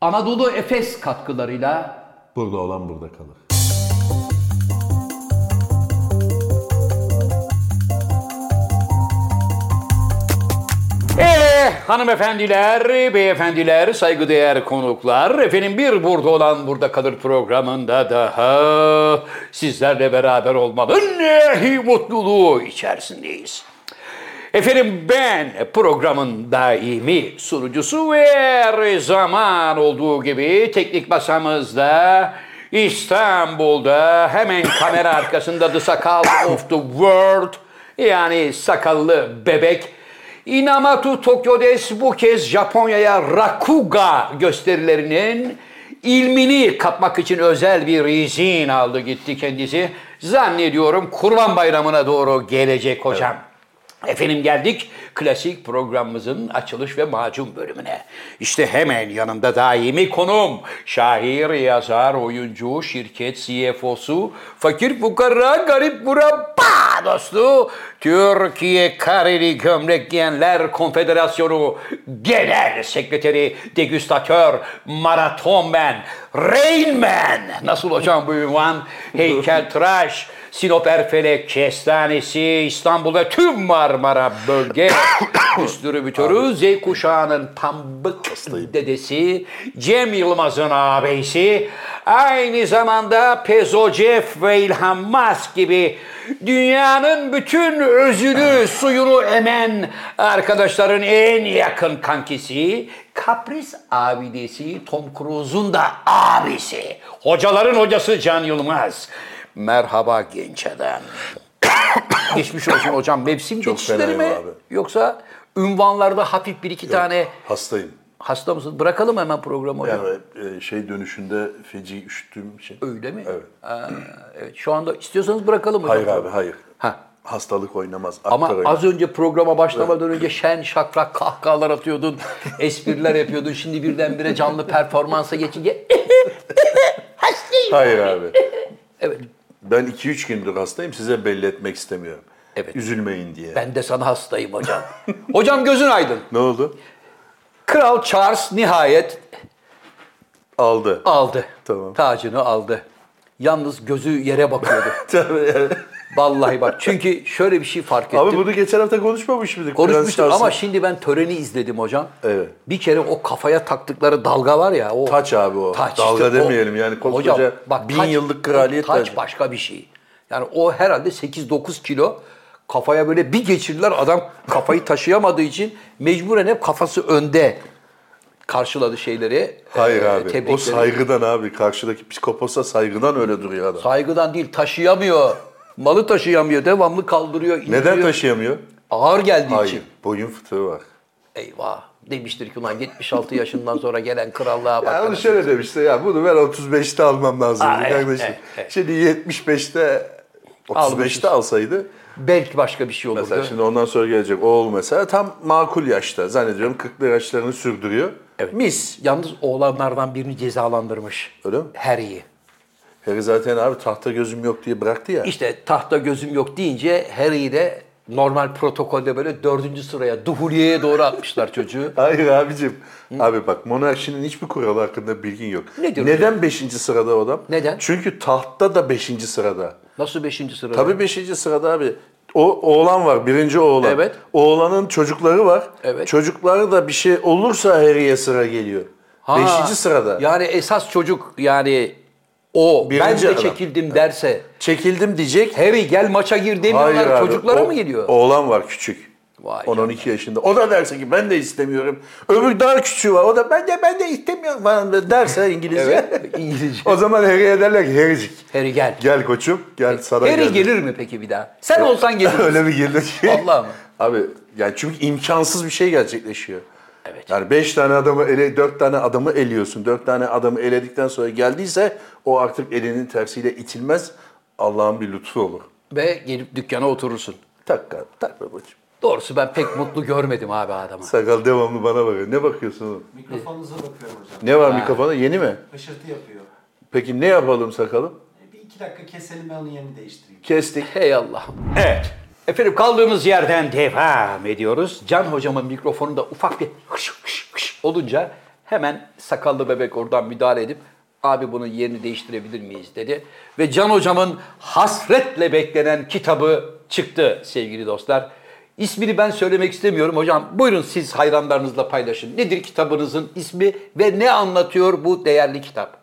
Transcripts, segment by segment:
Anadolu Efes katkılarıyla Burada olan burada kalır. Hanımefendiler, beyefendiler, saygıdeğer konuklar, efendim bir burada olan burada kalır programında daha sizlerle beraber olmanın mutluluğu içerisindeyiz. Efendim ben programın daimi sunucusu ve her zaman olduğu gibi teknik masamızda İstanbul'da hemen kamera arkasında The Sakal of the World yani sakallı bebek Inamatu Tokyo'des bu kez Japonya'ya Rakuga gösterilerinin ilmini kapmak için özel bir izin aldı gitti kendisi. Zannediyorum Kurban Bayramı'na doğru gelecek hocam. Evet. Efendim geldik klasik programımızın açılış ve macun bölümüne. İşte hemen yanımda daimi konuğum. Şair, yazar, oyuncu, şirket CFO'su, fakir fukara, garip murabba dostu, Türkiye Kareli Gömlek Giyenler Konfederasyonu Genel Sekreteri, degüstatör, maratonmen, Rainman. Nasıl hocam bu ünvan? Heykeltıraş, Sinop Erfelek Kestanesi, İstanbul ve tüm Marmara bölge distribütörü, Z kuşağının pambık dedesi, Cem Yılmaz'ın ağabeysi, aynı zamanda Pezocev ve İlhan Musk gibi dünyanın bütün özünü, suyunu emen arkadaşların en yakın kankisi, kapris abidesi, Tom Cruise'un da abisi, hocaların hocası Can Yılmaz. Merhaba genç adam. Geçmiş olsun hocam. Mevsim geçişleri mi? Abi. Yoksa ünvanlarda hafif bir iki tane... Hastayım. Hasta mısın? Bırakalım hemen programı hocam. Yani dönüşünde feci üşüttüğüm için. Öyle mi? Evet. Evet. Şu anda istiyorsanız bırakalım hocam. Hayır abi, hayır. Hastalık oynamaz. Ama az önce programa başlamadan önce şen şakrak kahkahalar atıyordun, espriler yapıyordun. Şimdi birdenbire canlı performansa geçince hastayım. Hayır abi. Evet. Ben 2-3 gündür hastayım, size belli etmek istemiyorum. Evet. Üzülmeyin diye. Ben de sana hastayım hocam. Hocam gözün aydın. Ne oldu? Kral Charles nihayet aldı. Tamam. Tacını aldı. Yalnız gözü yere bakıyordu. Tabii. Vallahi bak çünkü şöyle bir şey fark ettim. Abi bunu geçen hafta konuşmamış mıydık? Konuşmuştuk ama şimdi ben töreni izledim hocam. Evet. Bir kere o kafaya taktıkları dalga var ya. O taç abi o. Taç dalga işte demeyelim yani koskoca hocam, bak, 1000 yıllık kraliyet. Taç başka bir şey. Yani o herhalde 8-9 kilo kafaya böyle bir geçirdiler. Adam kafayı taşıyamadığı için mecburen hep kafası önde karşıladı şeyleri. Hayır abi. O saygıdan abi. Karşıdaki psikopata saygıdan öyle duruyor adam. Saygıdan değil, taşıyamıyor. Malı taşıyamıyor. Devamlı kaldırıyor. Neden indiriyor. Taşıyamıyor? Ağır geldiği için. Boyun fıtığı var. Eyvah. Demiştir ki ulan 76 yaşından sonra gelen krallığa bak. Ya onu şöyle demişti ya bunu ben 35'te almam lazım kardeşim. Evet. Şimdi 75'te 35'te alsaydı. Belki başka bir şey olurdu. Mesela şimdi ondan sonra gelecek oğul mesela tam makul yaşta. Zannediyorum 40'lı yaşlarını sürdürüyor. Evet. Mis. Yalnız oğlanlardan birini cezalandırmış. Öyle mi? Harry'i. Harry zaten abi tahta gözüm yok diye bıraktı ya. İşte tahta gözüm yok deyince Harry'i de normal protokolde böyle 4. sıraya, Duhuliye'ye doğru atmışlar çocuğu. Hayır abicim. Abi bak monarşinin hiçbir kuralı hakkında bilgin yok. Nedir Neden hocam? 5. sırada o adam? Neden? Çünkü tahtta da 5. sırada. Nasıl 5. sırada? Tabii 5. sırada abi. O oğlan var, birinci oğlan. Evet. Oğlanın çocukları var. Evet. Çocukları da bir şey olursa Harry'e sıra geliyor. 5. sırada. Yani esas çocuk yani o Birinci ben de adam. çekildim derse. Çekildim diyecek. Harry gel maça gir demiyorlar. Hayır abi, Çocuklara mı geliyor? Oğlan var küçük. Vay 10-12 yaşında. O da derse ki ben de istemiyorum. Öbür daha küçüğü var. O da ben de istemiyorum falan derse İngilizce. Evet, İngilizce. O zaman Harry'e derler ki Harry'cik. Harry gel. Gel koçum. Gel sana Harry gel. gelir mi peki bir daha? Sen olsan gelir misin? Öyle bir gelir ki. Vallahi mı? Abi yani çünkü imkansız bir şey gerçekleşiyor. Evet. Yani 4 tane adamı eliyorsun. 4 tane adamı eledikten sonra geldiyse o artık elinin tersiyle itilmez. Allah'ın bir lütfu olur. Ve gelip dükkana oturursun. Tak babacığım. Doğrusu ben pek mutlu görmedim abi adamı. Sakal devamlı bana bakıyor. Ne bakıyorsun oğlum? Mikrofonunuza bakıyorum hocam. Ne var mikrofona? Yeni mi? Hışırtı yapıyor. Peki ne yapalım sakalım? Bir 2 dakika keselim ben onun yerini değiştireyim. Kestik. Hey Allah'ım. Evet. Efendim kaldığımız yerden devam ediyoruz. Can hocamın mikrofonunda ufak bir hış hış hış olunca Hemen sakallı bebek oradan müdahale edip abi bunun yerini değiştirebilir miyiz dedi. Ve Can Hocam'ın hasretle beklenen kitabı çıktı sevgili dostlar. İsmini ben söylemek istemiyorum hocam. Buyurun siz hayranlarınızla paylaşın. Nedir kitabınızın ismi ve ne anlatıyor bu değerli kitap?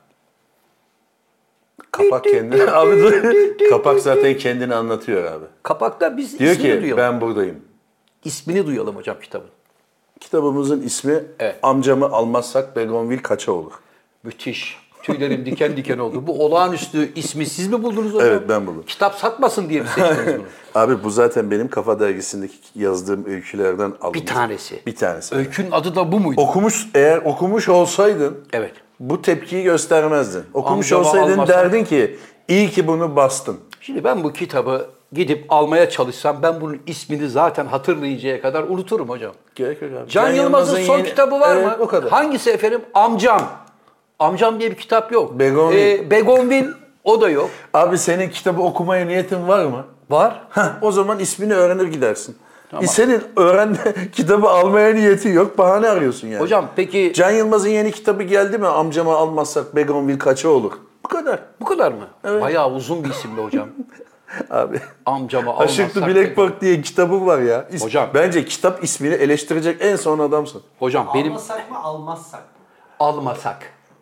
Kapak kendini abi dur. Kapak zaten kendini anlatıyor abi. Kapakta biz Diyor ismini ki duyalım. ben buradayım. İsmini duyalım hocam kitabın. Kitabımızın ismi Evet. Amcamı almazsak Begonvil kaça olur? Müthiş. Tüylerim diken diken oldu. Bu olağanüstü ismi siz mi buldunuz hocam? Evet, ben buldum. Kitap satmasın diye mi seçtiniz bunu? Abi bu zaten benim Kafa Dergisi'ndeki yazdığım öykülerden alınmış. Bir tanesi. Bir tanesi. Öykünün adı da bu muydu? Eğer okumuş olsaydın Evet. bu tepkiyi göstermezdin. Okumuş Amcama olsaydın almazsan- derdin ki iyi ki bunu bastın. Şimdi ben bu kitabı gidip almaya çalışsam ben bunun ismini zaten hatırlayıncaya kadar unuturum hocam. Gerek yok abi. Can Yılmaz'ın son kitabı var mı? O kadar. Hangisi efendim? Amcam. Amcam diye bir kitap yok. Begonvil. Begonvil o da yok. Abi senin kitabı okumaya niyetin var mı? Var. O zaman ismini öğrenir gidersin. Senin kitabı almaya niyetin yok, bahane arıyorsun yani. Hocam peki Can Yılmaz'ın yeni kitabı geldi mi? Amcama almazsak Begonvil kaça olur? Bu kadar. bu kadar mı? Bayağı uzun bir isimli hocam. Abi. Amcama almazsak. Aşıklı Blackboard diye kitabım var ya. Hocam. Bence kitap ismini eleştirecek en son adamsın. Hocam benim Almasak mı almazsak mı? almasak.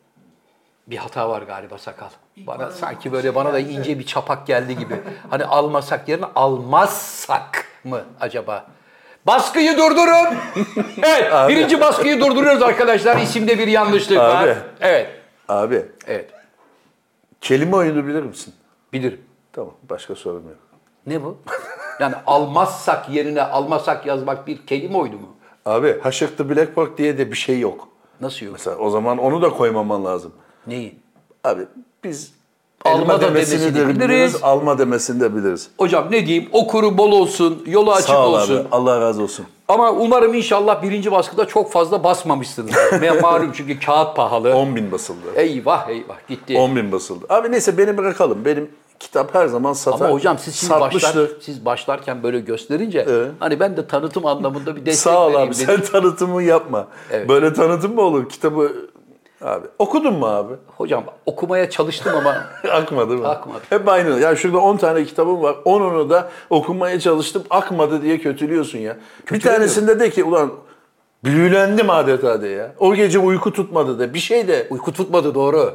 Bir hata var galiba sakal. Bana sanki böyle bana da ince bir çapak geldi gibi. Hani almasak yerine almazsak mı acaba? Baskıyı durdurun. Evet, Abi. birinci baskıyı durduruyoruz arkadaşlar. İsimde bir yanlışlık var. Abi. Evet, Abi, evet. kelime oyunu bilir misin? Bilirim. Tamam, başka sorun yok. Ne bu? Yani almazsak yerine almasak yazmak bir kelime oyunu mu? Abi, Haşıklı Blackboard diye de bir şey yok. Nasıl yok? Mesela o zaman onu da koymaman lazım. Neyi? Abi, biz Alma elma da demesini demesini de biliriz. biliriz, alma demesini de biliriz. Hocam ne diyeyim? Okuru bol olsun, yolu açık Sağ ol olsun. abi, Allah razı olsun. Ama umarım inşallah birinci baskıda çok fazla basmamışsınız. Malum çünkü kağıt pahalı. 10.000 basıldı. Eyvah eyvah gitti. 10.000 basıldı. Abi neyse beni bırakalım. Benim kitap her zaman satar. Ama hocam siz şimdi satmıştır. siz başlarken böyle gösterince Evet. hani ben de tanıtım anlamında bir destek Sağ ol vereyim abi, dedim. sen tanıtımı yapma. Evet. Böyle tanıtım mı olur? Kitabı abi okudun mu abi? Hocam okumaya çalıştım ama Akmadı mı? Akmadı. Hep aynı. Ya şurada 10 tane kitabım var. 10'unu da okumaya çalıştım. Akmadı diye kötülüyorsun ya. Bir tanesinde de ki ulan büyülendim adeta de ya. O gece uyku tutmadı de. Bir şey de. uyku tutmadı doğru.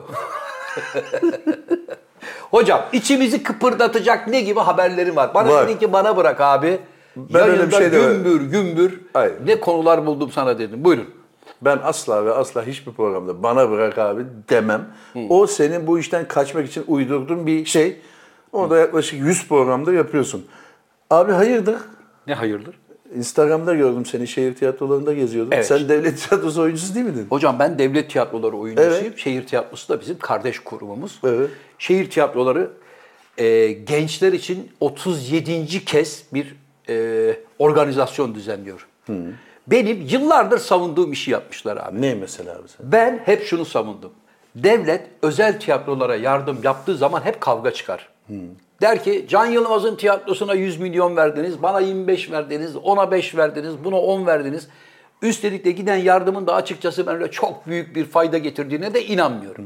Hocam içimizi kıpırdatacak ne gibi haberlerim var? Bana Var. dedin ki bana bırak abi. Ben öyle bir şey de- gümbür gümbür Hayır. ne konular buldum sana dedim. Buyurun. Ben asla ve asla hiçbir programda bana bırak abi demem. O senin bu işten kaçmak için uydurduğun bir şey. Onu da yaklaşık 100 programda yapıyorsun. Abi hayırdır? Ne hayırdır? Instagram'da gördüm seni, şehir tiyatrolarında geziyordun. Evet. Sen devlet tiyatrosu oyuncusu değil miydin? Hocam ben devlet tiyatroları oyuncusuyum. Evet. Şehir tiyatrosu da bizim kardeş kurumumuz. Evet. Şehir tiyatroları gençler için 37. kez bir organizasyon düzenliyor. Benim yıllardır savunduğum işi yapmışlar abi. Ne mesela abi sen? Ben hep şunu savundum. Devlet özel tiyatrolara yardım yaptığı zaman hep kavga çıkar. Der ki Can Yılmaz'ın tiyatrosuna 100 milyon verdiniz, bana 25 verdiniz, ona 5 verdiniz, buna 10 verdiniz. Üstelik de giden yardımın da açıkçası ben öyle çok büyük bir fayda getirdiğine de inanmıyorum.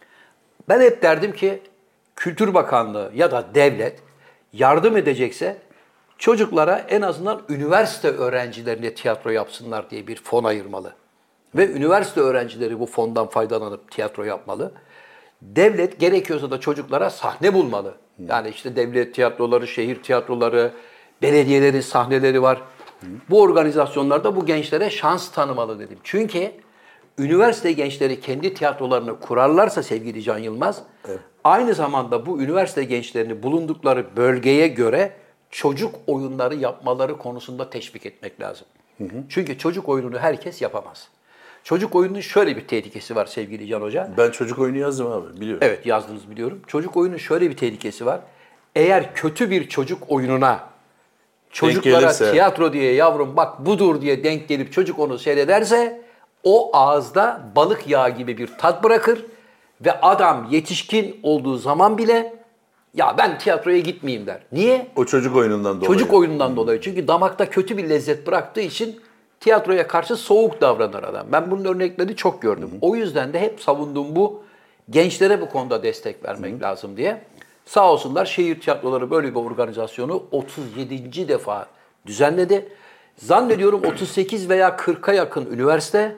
Ben hep derdim ki Kültür Bakanlığı ya da devlet yardım edecekse çocuklara en azından üniversite öğrencilerine tiyatro yapsınlar diye bir fon ayırmalı. Ve üniversite öğrencileri bu fondan faydalanıp tiyatro yapmalı. Devlet gerekiyorsa da çocuklara sahne bulmalı. Yani işte devlet tiyatroları, şehir tiyatroları, belediyelerin sahneleri var. Bu organizasyonlarda bu gençlere şans tanımalı dedim. Çünkü üniversite gençleri kendi tiyatrolarını kurarlarsa sevgili Can Yılmaz, aynı zamanda bu üniversite gençlerini bulundukları bölgeye göre çocuk oyunları yapmaları konusunda teşvik etmek lazım. Çünkü çocuk oyununu herkes yapamaz. Çocuk oyununun şöyle bir tehlikesi var sevgili Can Hoca. Ben çocuk oyunu yazdım abi, biliyorum. Evet yazdınız biliyorum. Çocuk oyunun şöyle bir tehlikesi var. Eğer kötü bir çocuk oyununa çocuklara gelirse. tiyatro diye yavrum bak budur diye denk gelip çocuk onu seyrederse o ağızda balık yağı gibi bir tat bırakır ve adam yetişkin olduğu zaman bile ya ben tiyatroya gitmeyeyim der. Niye? O çocuk oyunundan dolayı. Çocuk oyunundan dolayı. Çünkü damakta kötü bir lezzet bıraktığı için tiyatroya karşı soğuk davranır adam. Ben bunun örneklerini çok gördüm. O yüzden de hep savunduğum bu, gençlere bu konuda destek vermek lazım diye. Sağ olsunlar şehir tiyatroları böyle bir organizasyonu 37. defa düzenledi. Zannediyorum 38 veya 40'a yakın üniversite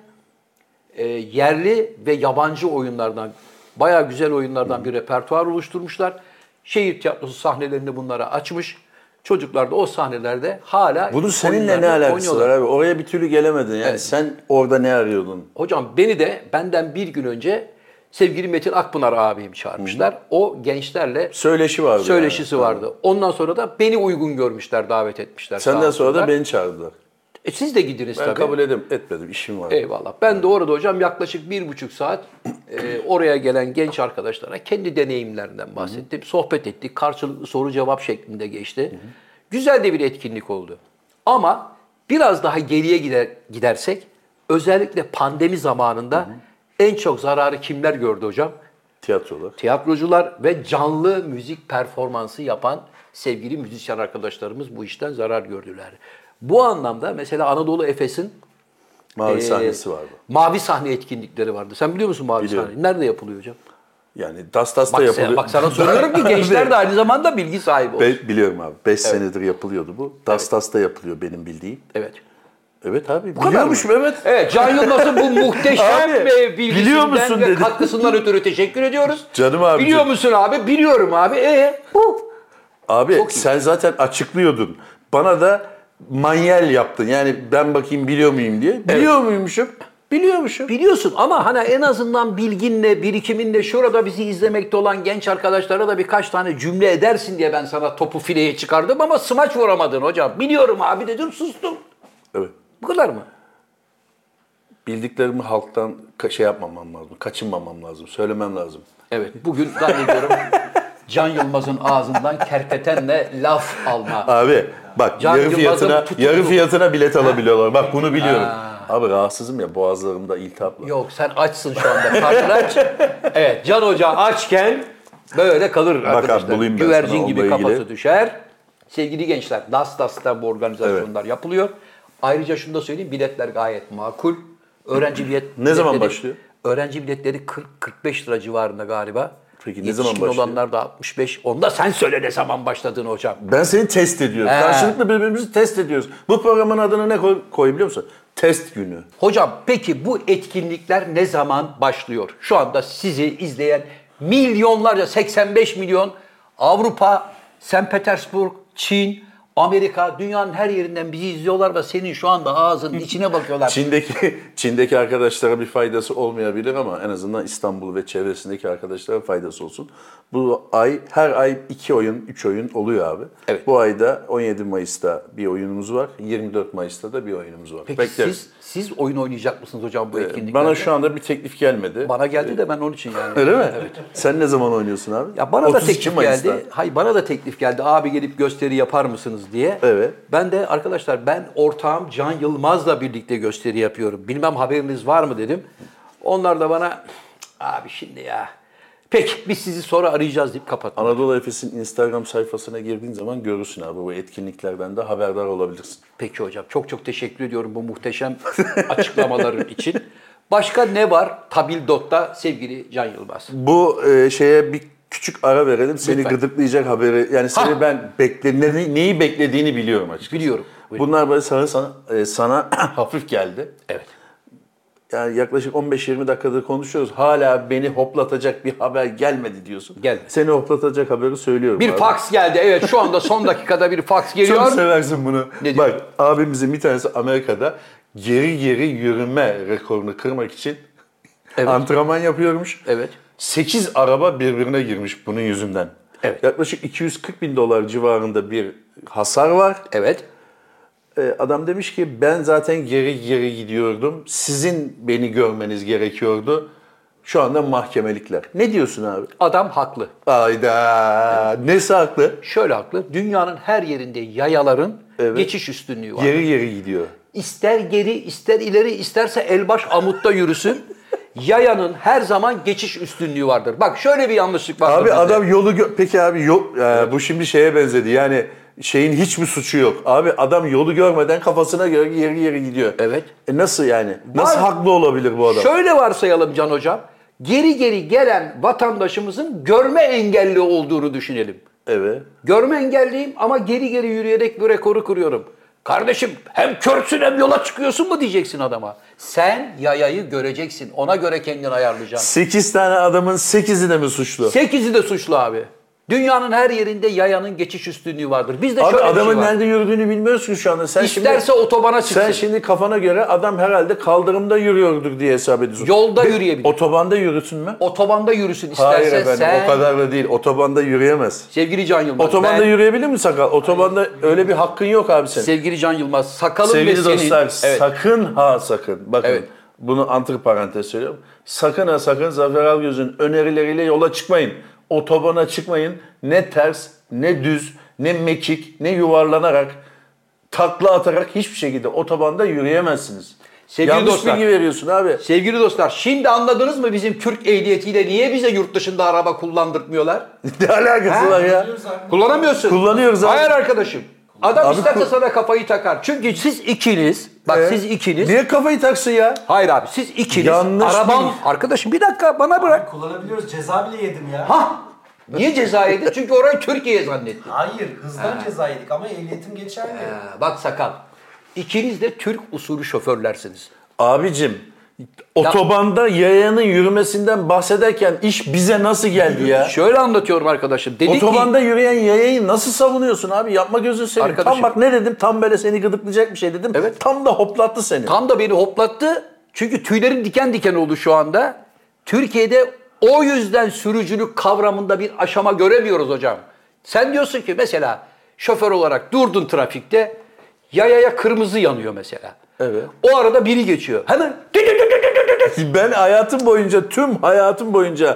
yerli ve yabancı oyunlardan, bayağı güzel oyunlardan bir repertuar oluşturmuşlar. Şehir tiyatrosu sahnelerini bunlara açmış. Çocuklar da o sahnelerde hala Bunun seninle ne oyunlarını alakası var oynuyorlar. abi? Oraya bir türlü gelemedin. Yani sen orada ne arıyordun? Hocam beni de benden bir gün önce sevgili Metin Akpınar abim çağırmışlar. O gençlerle Söyleşi vardı. söyleşisi yani. vardı. Ondan sonra da beni uygun görmüşler, davet etmişler. Senden sağ sonra da olsunlar. beni çağırdılar. Siz de gidiniz Ben tabii. kabul etmedim. İşim var. Eyvallah. Ben de orada hocam yaklaşık 1,5 saat oraya gelen genç arkadaşlara kendi deneyimlerinden bahsettim. Sohbet ettik. Karşılıklı soru cevap şeklinde geçti. Güzel de bir etkinlik oldu. Ama biraz daha geriye gidersek özellikle pandemi zamanında en çok zararı kimler gördü hocam? Tiyatrolar. Tiyatrocular ve canlı müzik performansı yapan sevgili müzisyen arkadaşlarımız bu işten zarar gördüler. Bu anlamda mesela Anadolu Efes'in Mavi sahnesi vardı. Mavi sahne etkinlikleri vardı. Sen biliyor musun mavi Biliyorum. sahne? Nerede yapılıyor hocam? Yani Dastas'ta yapılıyor. Bak sana soruyorum ki gençler de aynı zamanda bilgi sahibi olsun. Biliyorum abi. 5 senedir yapılıyordu bu. Dastas'ta yapılıyor benim bildiğim. Evet. Evet abi. kadar Biliyormuşum evet. Evet, Can Yılmaz'ın bu muhteşem Abi, biliyor bilgisinden musun ve dedi. katkısından ötürü teşekkür ediyoruz. Canım abicim. Biliyor musun abi? Biliyorum abi. Abi Çok iyi. sen zaten açıklıyordun. Bana da manyel yaptın. Yani ben bakayım biliyor muyum diye. Biliyor muymuşum? Biliyormuşum. Biliyorsun ama hani en azından bilginle, birikiminle şurada bizi izlemekte olan genç arkadaşlara da birkaç tane cümle edersin diye ben sana topu fileye çıkardım ama smaç vuramadın hocam. Biliyorum abi dedim, sustum. Evet. Bu kadar mı? Bildiklerimi halktan şey yapmamam lazım. Kaçınmamam lazım. Söylemem lazım. Evet, bugün zannediyorum Can Yılmaz'ın ağzından kerpetenle laf alma. Abi bak Can yarı Yılmaz'ın fiyatına tutuklu- bilet alabiliyorlar. Bak bunu biliyorum. Abi rahatsızım ya, boğazlarımda iltihap var. Yok, sen açsın şu anda. Karnını aç. Evet, Can Hoca açken böyle kalır arkadaşlar. bulayım ben Güvercin sana gibi onunla kafası ilgili. düşer. Sevgili gençler, Dastas'ta bu organizasyonlar yapılıyor. Ayrıca şunu da söyleyeyim, biletler gayet makul. Öğrenci Ne zaman biletleri- başlıyor? Öğrenci biletleri 40-45 lira civarında galiba. Peki ne zaman Yetişkin başlıyor? olanlar da 65. Onda sen söyle ne zaman başladığını hocam. Ben seni test ediyorum. Karşılıklı birbirimizi test ediyoruz. Bu programın adını ne koy biliyor musun? Test günü. Hocam peki bu etkinlikler ne zaman başlıyor? Şu anda sizi izleyen milyonlarca, 85 milyon Avrupa, St. Petersburg, Çin, Amerika, dünyanın her yerinden bizi izliyorlar ve senin şu anda ağzının içine bakıyorlar. Çin'deki arkadaşlara bir faydası olmayabilir ama en azından İstanbul ve çevresindeki arkadaşlara faydası olsun. Bu ay her ay 2 oyun, 3 oyun oluyor abi. Evet. Bu ayda 17 Mayıs'ta bir oyunumuz var. 24 Mayıs'ta da bir oyunumuz var. Peki Bekleriz. siz oyun oynayacak mısınız hocam bu etkinliklerde? Bana şu anda bir teklif gelmedi. Bana geldi de ben onun için yani. Öyle mi? Evet. Sen ne zaman oynuyorsun abi? Ya bana da 32 teklif Mayıs'ta. geldi. Hayır, bana da teklif geldi. Abi gelip gösteri yapar mısınız diye. Evet. Ben de arkadaşlar ben ortağım Can Yılmaz'la birlikte gösteri yapıyorum. Bilmem haberiniz var mı dedim. Onlar da bana abi şimdi ya. Peki biz sizi sonra arayacağız deyip kapattım. Anadolu Efes'in Instagram sayfasına girdiğin zaman görürsün abi. Bu etkinliklerden de haberdar olabilirsin. Peki hocam, çok çok teşekkür ediyorum bu muhteşem açıklamaların için. Başka ne var Tabildot'ta sevgili Can Yılmaz? Bu şeye bir küçük ara verelim. Seni Lütfen. gıdıklayacak haberi. Yani seni ben neyi beklediğini biliyorum açıkçası. Biliyorum. Buyurun. Bunlar böyle sana hafif geldi. Evet. Yani yaklaşık 15-20 dakikadır konuşuyoruz. Hala beni hoplatacak bir haber gelmedi diyorsun. Gelmedi. Seni hoplatacak haberi söylüyorum. Bir abi. fax geldi. Evet, şu anda son dakikada bir fax geliyor. Çok seversin bunu. Ne diyor? Bak abimizin bir tanesi Amerika'da geri yürüme rekorunu kırmak için antrenman yapıyormuş. Evet. 8 araba birbirine girmiş bunun yüzünden. Evet. Yaklaşık 240 bin dolar civarında bir hasar var. Evet. Adam demiş ki ben zaten geri gidiyordum. Sizin beni görmeniz gerekiyordu. Şu anda mahkemelikler. Ne diyorsun abi? Adam haklı. Ayda. Nesi haklı? Şöyle haklı. Dünyanın her yerinde yayaların geçiş üstünlüğü var. Geri gidiyor. İster geri, ister ileri, isterse elbaş amutta yürüsün. Yayanın her zaman geçiş üstünlüğü vardır. Bak şöyle bir yanlışlık var. Abi adam yolu peki abi yol bu şimdi şeye benzedi. Yani şeyin hiçbir suçu yok. Abi adam yolu görmeden kafasına göre geri gidiyor. Evet. Nasıl yani? Nasıl haklı olabilir bu adam? Şöyle varsayalım Can Hocam. Geri gelen vatandaşımızın görme engelli olduğunu düşünelim. Evet. Görme engelliyim ama geri yürüyerek bu rekoru kırıyorum. Kardeşim hem körsün hem yola çıkıyorsun mu diyeceksin adama. Sen yayayı göreceksin. Ona göre kendini ayarlayacaksın. 8 tane adamın 8'i de mi suçlu? 8'i de suçlu abi. Dünyanın her yerinde yayanın geçiş üstünlüğü vardır. Bizde Abi şöyle bir adamın şey var. nerede yürüdüğünü bilmiyoruz ki şu anda. Sen İsterse otobana çıksın. Sen şimdi kafana göre adam herhalde kaldırımda yürüyordur diye hesap ediyorsun. Yolda yürüyebilir. Otobanda yürüsün mü? Otobanda yürüsün isterse. Hayır efendim sen... o kadar da değil. Otobanda yürüyemez. Sevgili Can Yılmaz. Otobanda yürüyebilir mi sakal? Otobanda öyle bir hakkın yok abi senin. Sevgili Can Yılmaz. Sakalın Sevgili ve senin. dostlar Evet. sakın ha sakın. Bakın Evet. bunu antiparantez söylüyorum. Sakın ha sakın Zafer Algöz'ün önerileriyle yola çıkmayın. Otobana çıkmayın. Ne ters, ne düz, ne mekik, ne yuvarlanarak, takla atarak hiçbir şekilde otobanda yürüyemezsiniz. Sevgili Yanlış dostlar. bilgi veriyorsun abi. Sevgili dostlar, şimdi anladınız mı bizim Türk ehliyetiyle niye bize yurt dışında araba kullandırtmıyorlar? Ne alakası var ya? Kullanamıyorsun. Kullanıyoruz abi. Hayır arkadaşım. Adam Abi isterse sana kafayı takar. Çünkü siz ikiniz, bak siz ikiniz. Niye kafayı taksın ya? Hayır abi siz ikiniz. Yanlış Araban, bilgi. arkadaşım bir dakika bana bırak. Kullanabiliyoruz. Ceza bile yedim ya. Ha? Niye ceza yedin? Çünkü orayı Türkiye zannettin. Hayır, hızdan ceza yedik ama ehliyetim geçerli. Bak sakal. İkiniz de Türk usulü şoförlersiniz. Abicim otobanda yayanın yürümesinden bahsederken iş bize nasıl geldi ya? Şöyle anlatıyorum arkadaşım. Dedik Otobanda ki, yürüyen yayayı nasıl savunuyorsun abi? Yapma gözünü seveyim. Arkadaşım. Tam bak ne dedim? Tam böyle seni gıdıklayacak bir şey dedim. Evet. Tam da hoplattı seni. tam da beni hoplattı. Çünkü tüylerim diken diken oldu şu anda. Türkiye'de o yüzden sürücülük kavramında bir aşama göremiyoruz hocam. Sen diyorsun ki mesela şoför olarak durdun trafikte, yayaya kırmızı yanıyor mesela. Evet. O arada biri geçiyor. Hemen Ben tüm hayatım boyunca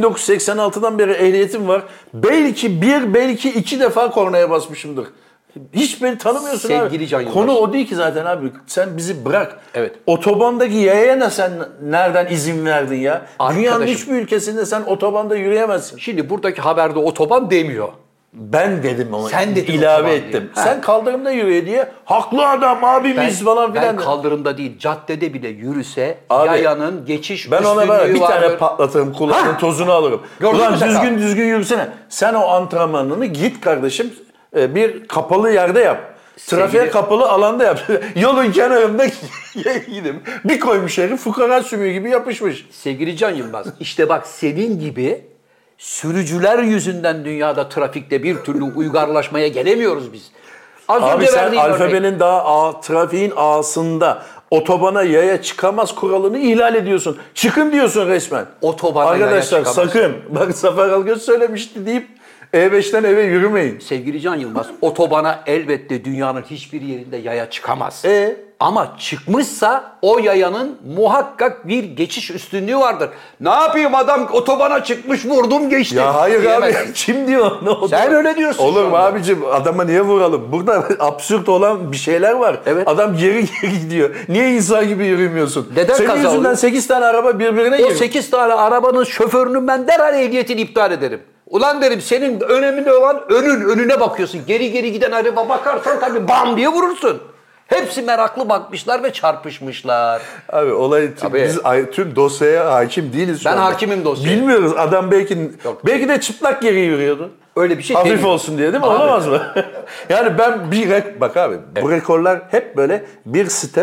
1986'dan beri ehliyetim var. Belki belki iki defa kornaya basmışımdır. Hiç beni tanımıyorsun Sevgili abi. Can Yılmaz. Konu o değil ki zaten abi. Sen bizi bırak. Evet. Otobandaki yayaya sen nereden izin verdin ya? Dünyanın Arkadaşım. hiçbir ülkesinde sen otobanda yürüyemezsin. şimdi buradaki haberde otoban demiyor. Ben dedim ama Sen dedin ilave otoban ettim. diye. Sen kaldırımda yürüyor diye haklı adam abimiz falan Ben filan. kaldırımda değil, caddede bile yürüse Abi, yayanın geçiş Ben ona üstünlüğü bir vardır. tane patlatırım, kulağının tozunu alırım. Gördün mü Ulan sakal? düzgün yürüsene. Sen o antrenmanını git kardeşim bir kapalı yerde yap. Trafiğe Sevgili- kapalı alanda yap. Yolun kenarında gidim. Bir koymuş herif fukara sümüğü gibi yapışmış. Sevgili Can Yılmaz, işte bak senin gibi sürücüler yüzünden dünyada trafikte bir türlü uygarlaşmaya gelemiyoruz biz. Az Abi önce sen verdiğin örnek. alfabenin trafiğin ağasında otobana yaya çıkamaz kuralını ihlal ediyorsun. Çıkın diyorsun resmen. Otobana yaya Arkadaşlar çıkamaz. sakın. Bak Zafer Algöz söylemişti deyip E5'ten eve yürümeyin. Sevgili Can Yılmaz, otobana elbette dünyanın hiçbir yerinde yaya çıkamaz. Ama çıkmışsa o yayanın muhakkak bir geçiş üstünlüğü vardır. Ne yapayım adam otobana çıkmış vurdum geçti. Ya hayır diyemezsin. abi kim diyor onu? Sen öyle diyorsun Olur şu mu anda. abicim adama niye vuralım? Burada absürt olan bir şeyler var. Evet. Adam geri gidiyor. Niye insan gibi yürümüyorsun? Neden Senin kaza yüzünden oluyor? 8 tane araba birbirine O giriyor. 8 tane arabanın şoförünün ben derhal ehliyetini iptal ederim. Ulan derim senin önemli olan önüne bakıyorsun. Geri giden araba bakarsan tabii bam diye vurursun. Hepsi meraklı bakmışlar ve çarpışmışlar. Abi olay Tabii. biz tüm dosyaya hakim değiliz şu Ben anda. hakimim dosyaya. Bilmiyoruz adam Yok. belki de çıplak geri yürüyordu. Öyle bir şey Hafif demiyorum. olsun diye değil mi? Abi. Olamaz mı? Yani ben bak abi bu rekorlar hep böyle bir step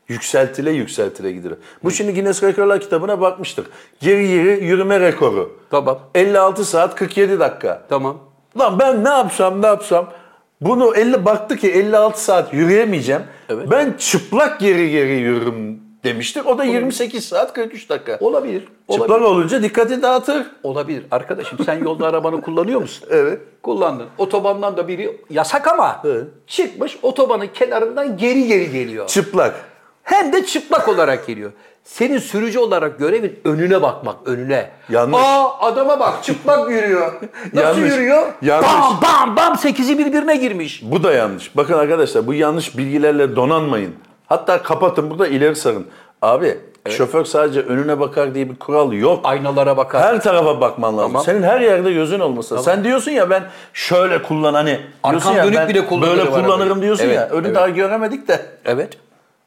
yükseltile gidiyor. Bu şimdi Guinness Rekorlar kitabına bakmıştık. Geri yürüme rekoru. Tamam. 56 saat 47 dakika. Tamam. Lan ben ne yapsam bunu baktı ki 56 saat yürüyemeyeceğim. Evet. Ben çıplak geri yürürüm demiştik. O da 28 saat 43 dakika. Olabilir. Çıplak olunca dikkati dağıtır. Olabilir. Arkadaşım sen yolda arabanı kullanıyor musun? Evet. Kullandın. Otobandan da biri yasak ama Evet. çıkmış otobanın kenarından geri geliyor. Çıplak. Hem de çıplak olarak geliyor. Senin sürücü olarak görevin önüne bakmak, önüne. Yanlış. Adama bak çıplak yürüyor. Nasıl Yanlış. yürüyor? Yanlış. Bam 8'i birbirine girmiş. Bu da yanlış. Bakın arkadaşlar bu yanlış bilgilerle donanmayın. Hatta kapatın burada ileri sarın. Abi Şoför sadece önüne bakar diye bir kural yok. Aynalara bakar. Her tarafa bakman lazım. Tamam. Senin her yerde gözün olması lazım. Sen diyorsun ya ben şöyle kullan hani. Diyorsun ya dönük ben bile kullanırım böyle kullanırım arabayı. diyorsun Evet, ya. Önü evet. daha göremedik de. Evet.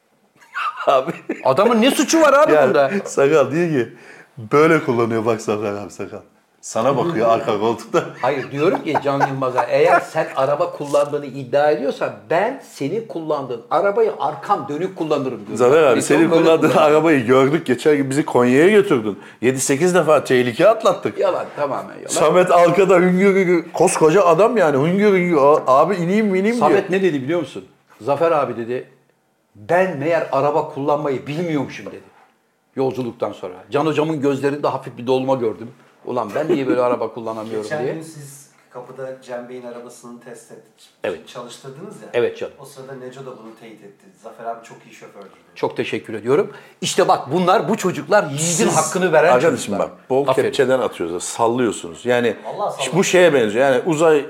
Abi. Adamın ne suçu var abi bunda? Yani sakal diyor ki böyle kullanıyor bak Zafer abi sakal. Sana bakıyor arka koltukta. Hayır diyorum ki Can Yılmaz'a eğer sen araba kullandığını iddia ediyorsan ben senin kullandığın arabayı arkam dönük kullanırım diyorum. Zafer abi Biz senin böyle kullandığın kullanırız. arabayı gördük. Geçen gün bizi Konya'ya götürdün. 7-8 defa tehlike atlattık. Yalan tamamen yalan. Samet arkada hüngür hüngür. Koskoca adam yani hüngür hüngür. Abi ineyim diyor. Samet ne dedi biliyor musun? Zafer abi dedi ben meğer araba kullanmayı bilmiyormuşum dedi. Yolculuktan sonra. Can hocamın gözlerinde hafif bir dolma gördüm. Ulan ben niye böyle araba kullanamıyorum Geçen diye. gün siz kapıda Cem Bey'in arabasını test ettik. Evet. Çalıştırdınız ya. Evet canım. O sırada Neco da bunu teyit etti. Zafer abi çok iyi şofördür dedi. Çok teşekkür ediyorum. İşte bak bu çocuklar yiğidin hakkını veren Arkadaşım çocuklar. bak bol Aferin. kepçeden atıyoruz. Sallıyorsunuz. Yani Vallahi sallıyor. bu şeye benziyor. Yani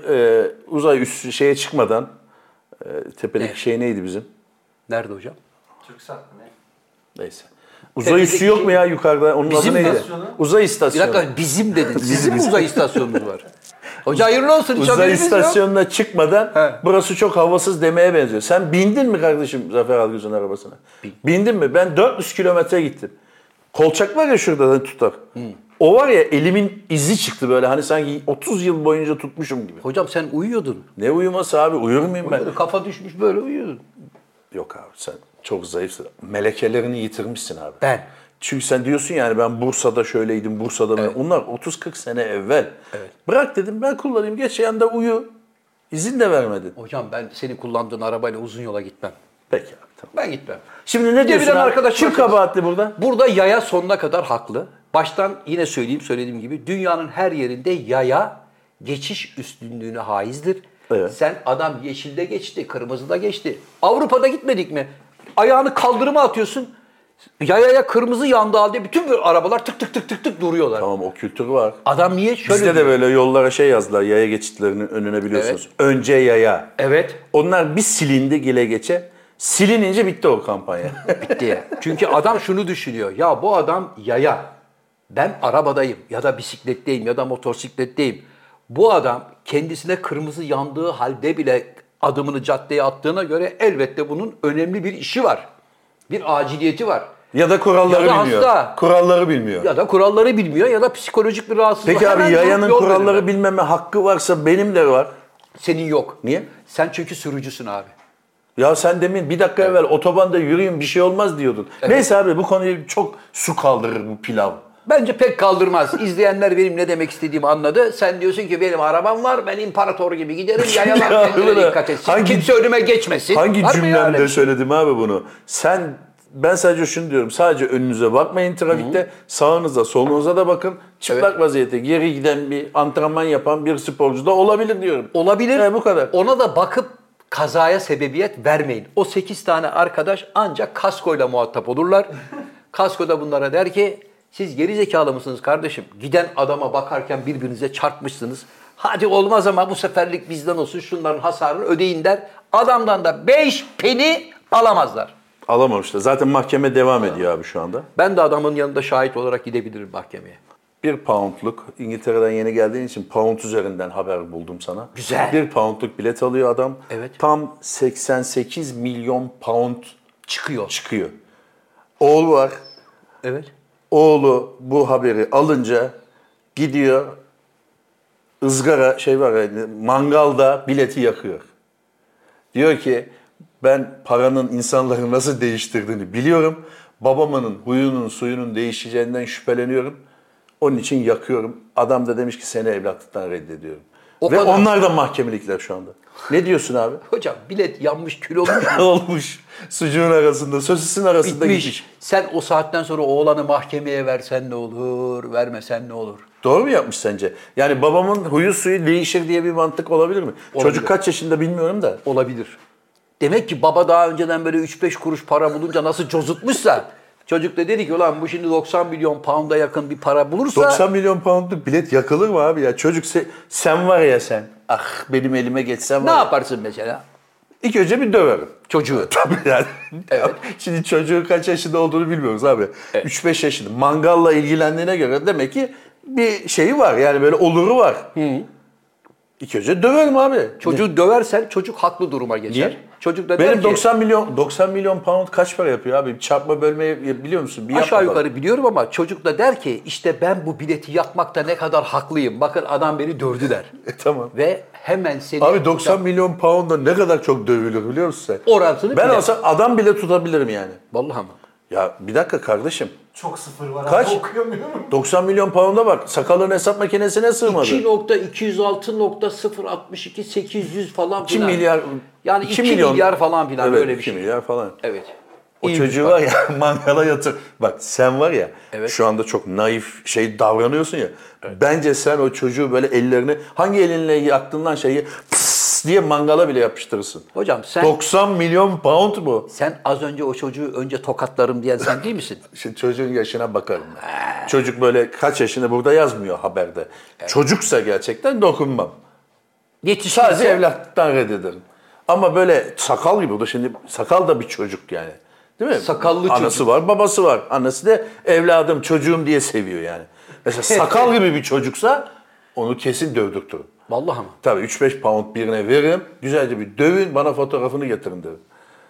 uzay üst şeye çıkmadan tepedeki şey neydi bizim? Nerede hocam? Türksat mı ne? Neyse. Uzay üssü Tepedeki yok şey- mu ya yukarıda? Onun Bizim adı neydi? istasyonu. Uzay Bir istasyonu. dakika bizim dedin. Sizin mi uzay istasyonunuz var? Hoca hayırlı olsun. Hiç Uzay haberimiz yok. istasyonuna çıkmadan He. burası çok havasız demeye benziyor. Sen bindin mi kardeşim Zafer Algöz'ün arabasına? Bindin mi? Ben 400 kilometre gittim. Kolçak var ya şurada tutar. O var ya elimin izi çıktı böyle hani sanki 30 yıl boyunca tutmuşum gibi. Hocam sen uyuyordun. Ne uyuması abi? Uyur muyum ben? Böyle kafa düşmüş böyle uyuyordun. Yok abi sen çok zayıfsın. Melekelerini yitirmişsin abi. Ben. Çünkü sen diyorsun yani ben Bursa'da şöyleydim, Bursa'da böyle. Onlar 30-40 sene evvel. Evet. Bırak dedim ben kullanayım. Geç yanında uyu. İzin de vermedin. Hocam ben senin kullandığın arabayla uzun yola gitmem. Peki abi tamam. Ben gitmem. Şimdi ne diyorsun bilen abi? arkadaşım Kim kabahatli burada? Burada yaya sonuna kadar haklı. Baştan yine söylediğim gibi dünyanın her yerinde yaya geçiş üstünlüğüne haizdir. Evet. Sen adam yeşilde geçti, kırmızıda geçti. Avrupa'da gitmedik mi? Ayağını kaldırıma atıyorsun. Yayaya kırmızı yandığı halde bütün böyle arabalar tık tık tık tık tık duruyorlar. Tamam o kültür var. Adam niye şöyle Bizde de diyor. böyle yollara şey yazdılar yaya geçitlerinin önüne biliyorsunuz. Önce yaya. Evet. Onlar bir silindi gele geçe. Silinince bitti o kampanya. Diye. Çünkü adam şunu düşünüyor. Ya bu adam yaya. Ben arabadayım ya da bisikletteyim ya da motosikletteyim. Bu adam kendisine kırmızı yandığı halde bile adımını caddeye attığına göre elbette bunun önemli bir işi var. Bir aciliyeti var. Ya da kuralları Ya da bilmiyor. hasta. Kuralları bilmiyor. Ya da kuralları bilmiyor ya da psikolojik bir rahatsızlık. Peki abi Hemen yayanın yol kuralları verirler. bilmeme hakkı varsa benim de var. Senin yok. Niye? Sen çünkü sürücüsün abi. Ya sen demin bir dakika evvel otobanda yürüyün bir şey olmaz diyordun. Neyse abi bu konuyu çok su kaldırır bu pilav. Bence pek kaldırmaz. İzleyenler benim ne demek istediğimi anladı. Sen diyorsun ki benim arabam var, ben imparator gibi giderim, yayalar Ya kendine ulan, dikkat etsin. hangi- Kimse önüme geçmesin. Hangi Var mı ya öyle cümlemde bir şey? söyledim abi bunu? Ben sadece şunu diyorum. Sadece önünüze bakmayın trafikte. Sağınıza, solunuza da bakın. Çıplak vaziyette geri giden bir antrenman yapan bir sporcu da olabilir diyorum. Olabilir. Bu kadar. Ona da bakıp kazaya sebebiyet vermeyin. O 8 tane arkadaş ancak kaskoyla muhatap olurlar. Kasko da bunlara der ki siz geri zekalı mısınız kardeşim? Giden adama bakarken birbirinize çarpmışsınız. Hadi olmaz ama bu seferlik bizden olsun şunların hasarını ödeyin der. Adamdan da 5 peni alamazlar. Alamamışlar. Zaten mahkeme devam ediyor abi şu anda. Ben de adamın yanında şahit olarak gidebilirim mahkemeye. 1 poundluk, İngiltere'den yeni geldiğin için pound üzerinden haber buldum sana. Güzel. 1 poundluk bilet alıyor adam. Evet. Tam 88 milyon pound Çıkıyor. çıkıyor. Oğlu var. Evet. Oğlu bu haberi alınca gidiyor ızgara şey var yani mangalda bileti yakıyor. Diyor ki ben paranın insanları nasıl değiştirdiğini biliyorum. Babamın huyunun suyunun değişeceğinden şüpheleniyorum. Onun için yakıyorum. Adam da demiş ki seni evlatlıktan reddediyorum. O Ve kadar. onlar da mahkemelikler şu anda. Ne diyorsun abi? Hocam bilet yanmış kül olmuş. Olmuş. Sucuğun arasında, sosisin arasında Bitmiş. gitmiş. Sen o saatten sonra oğlanı mahkemeye versen ne olur, vermesen ne olur? Doğru mu yapmış sence? Yani babamın huyu suyu değişir diye bir mantık olabilir mi? Olabilir. Çocuk kaç yaşında bilmiyorum da. Olabilir. Demek ki baba daha önceden böyle 3-5 kuruş para bulunca nasıl cozutmuşsa çocuk da dedi ki ulan bu şimdi 90 milyon pound'a yakın bir para bulursa 90 milyon poundluk bilet yakılır mı abi ya? Çocuk sen var ya sen. Ah benim elime geçsen ne var ya. yaparsın mesela? İlk önce bir döverim. Çocuğu. Tabii yani. Evet. Şimdi çocuğun kaç yaşında olduğunu bilmiyoruz abi. 3-5 yaşında. Mangalla ilgilendiğine göre demek ki bir şeyi var. Yani böyle oluru var. İlk önce döverim abi. Çocuğu döversen çocuk haklı duruma geçer. Niye? Çocuk da der Benim ki, 90 milyon pound kaç para yapıyor abi? Çarpma bölmeyi biliyor musun? Bir aşağı yapma yukarı biliyorum ama çocuk da der ki işte ben bu bileti yakmakta ne kadar haklıyım. Bakın adam beni dövdü der. Tamam. Ve hemen seni... Abi 90 milyon pound'da ne kadar çok dövülür biliyor musun sen? Orantını Ben bilemem. olsam adam bile tutabilirim yani. Vallahi ama. Ya bir dakika kardeşim. Çok sıfır var Kaç? abi okuyamıyorum. 90 milyon pound'a bak. Sakalın hesap makinesine sığmadı. 2.206.062.800 falan 2 filan. milyar. Yani 2 milyar falan filan evet, böyle bir 2 şey. milyar falan. Evet. O İyi çocuğu bir var ya mangala yatır. Bak sen var ya Evet. şu anda çok naif davranıyorsun ya. Bence sen o çocuğu böyle ellerini hangi elinle yaktığından şeyi pıs diye mangala bile yapıştırırsın. Hocam sen 90 milyon pound bu. sen az önce o çocuğu önce tokatlarım diyen sen değil misin? Şimdi çocuğun yaşına bakarım ben. Çocuk böyle kaç yaşında burada yazmıyor haberde. Çocuksa gerçekten dokunmam. Sadece Yetişkinse evlatlıktan reddederim. Ama böyle sakal gibi, o da şimdi sakal da bir çocuk yani. Değil mi? Sakallı Anası çocuk. var, babası var. Annesi de evladım, çocuğum diye seviyor yani. Mesela sakal gibi bir çocuksa onu kesin dövdürtürüm. vallahi ama. Tabii 3-5 pound birine veririm. Güzelce bir dövün, bana fotoğrafını getirin derim.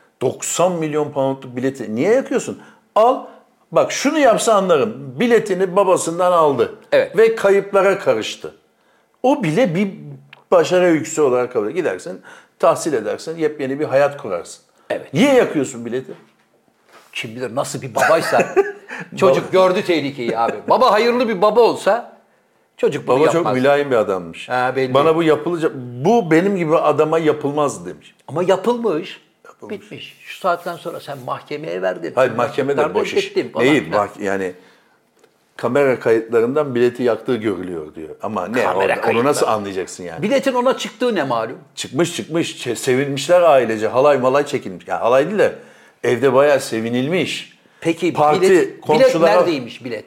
90 milyon poundluk bileti niye yakıyorsun? Al, bak şunu yapsa anlarım. Biletini babasından aldı. Evet. Ve kayıplara karıştı. O bile bir başarı öyküsü olarak kabul eder. Gidersin, tahsil edersin, yepyeni bir hayat kurarsın. Evet. Niye yakıyorsun bileti? Kim bilir nasıl bir babaysa çocuk gördü tehlikeyi abi. Baba hayırlı bir baba olsa çocuk bunu Baba yapmaz. çok mülayim bir adammış. Ha, belli. Bana bu yapılacak, bu benim gibi adama yapılmaz demiş. Ama yapılmış. Bitmiş. Şu saatten sonra sen mahkemeye verdin. Hayır mahkemede boş iş. Ettim falan Neyi? filan. Bak yani kamera kayıtlarından bileti yaktığı görülüyor diyor. Ama ne? Kamera Onu kayıtları. nasıl anlayacaksın yani? Biletin ona çıktığı ne malum? Çıkmış. Sevinmişler ailece. Halay malay çekilmiş. Yani halay değil de evde bayağı sevinilmiş. Peki Parti, bilet komşulara- neredeymiş bilet?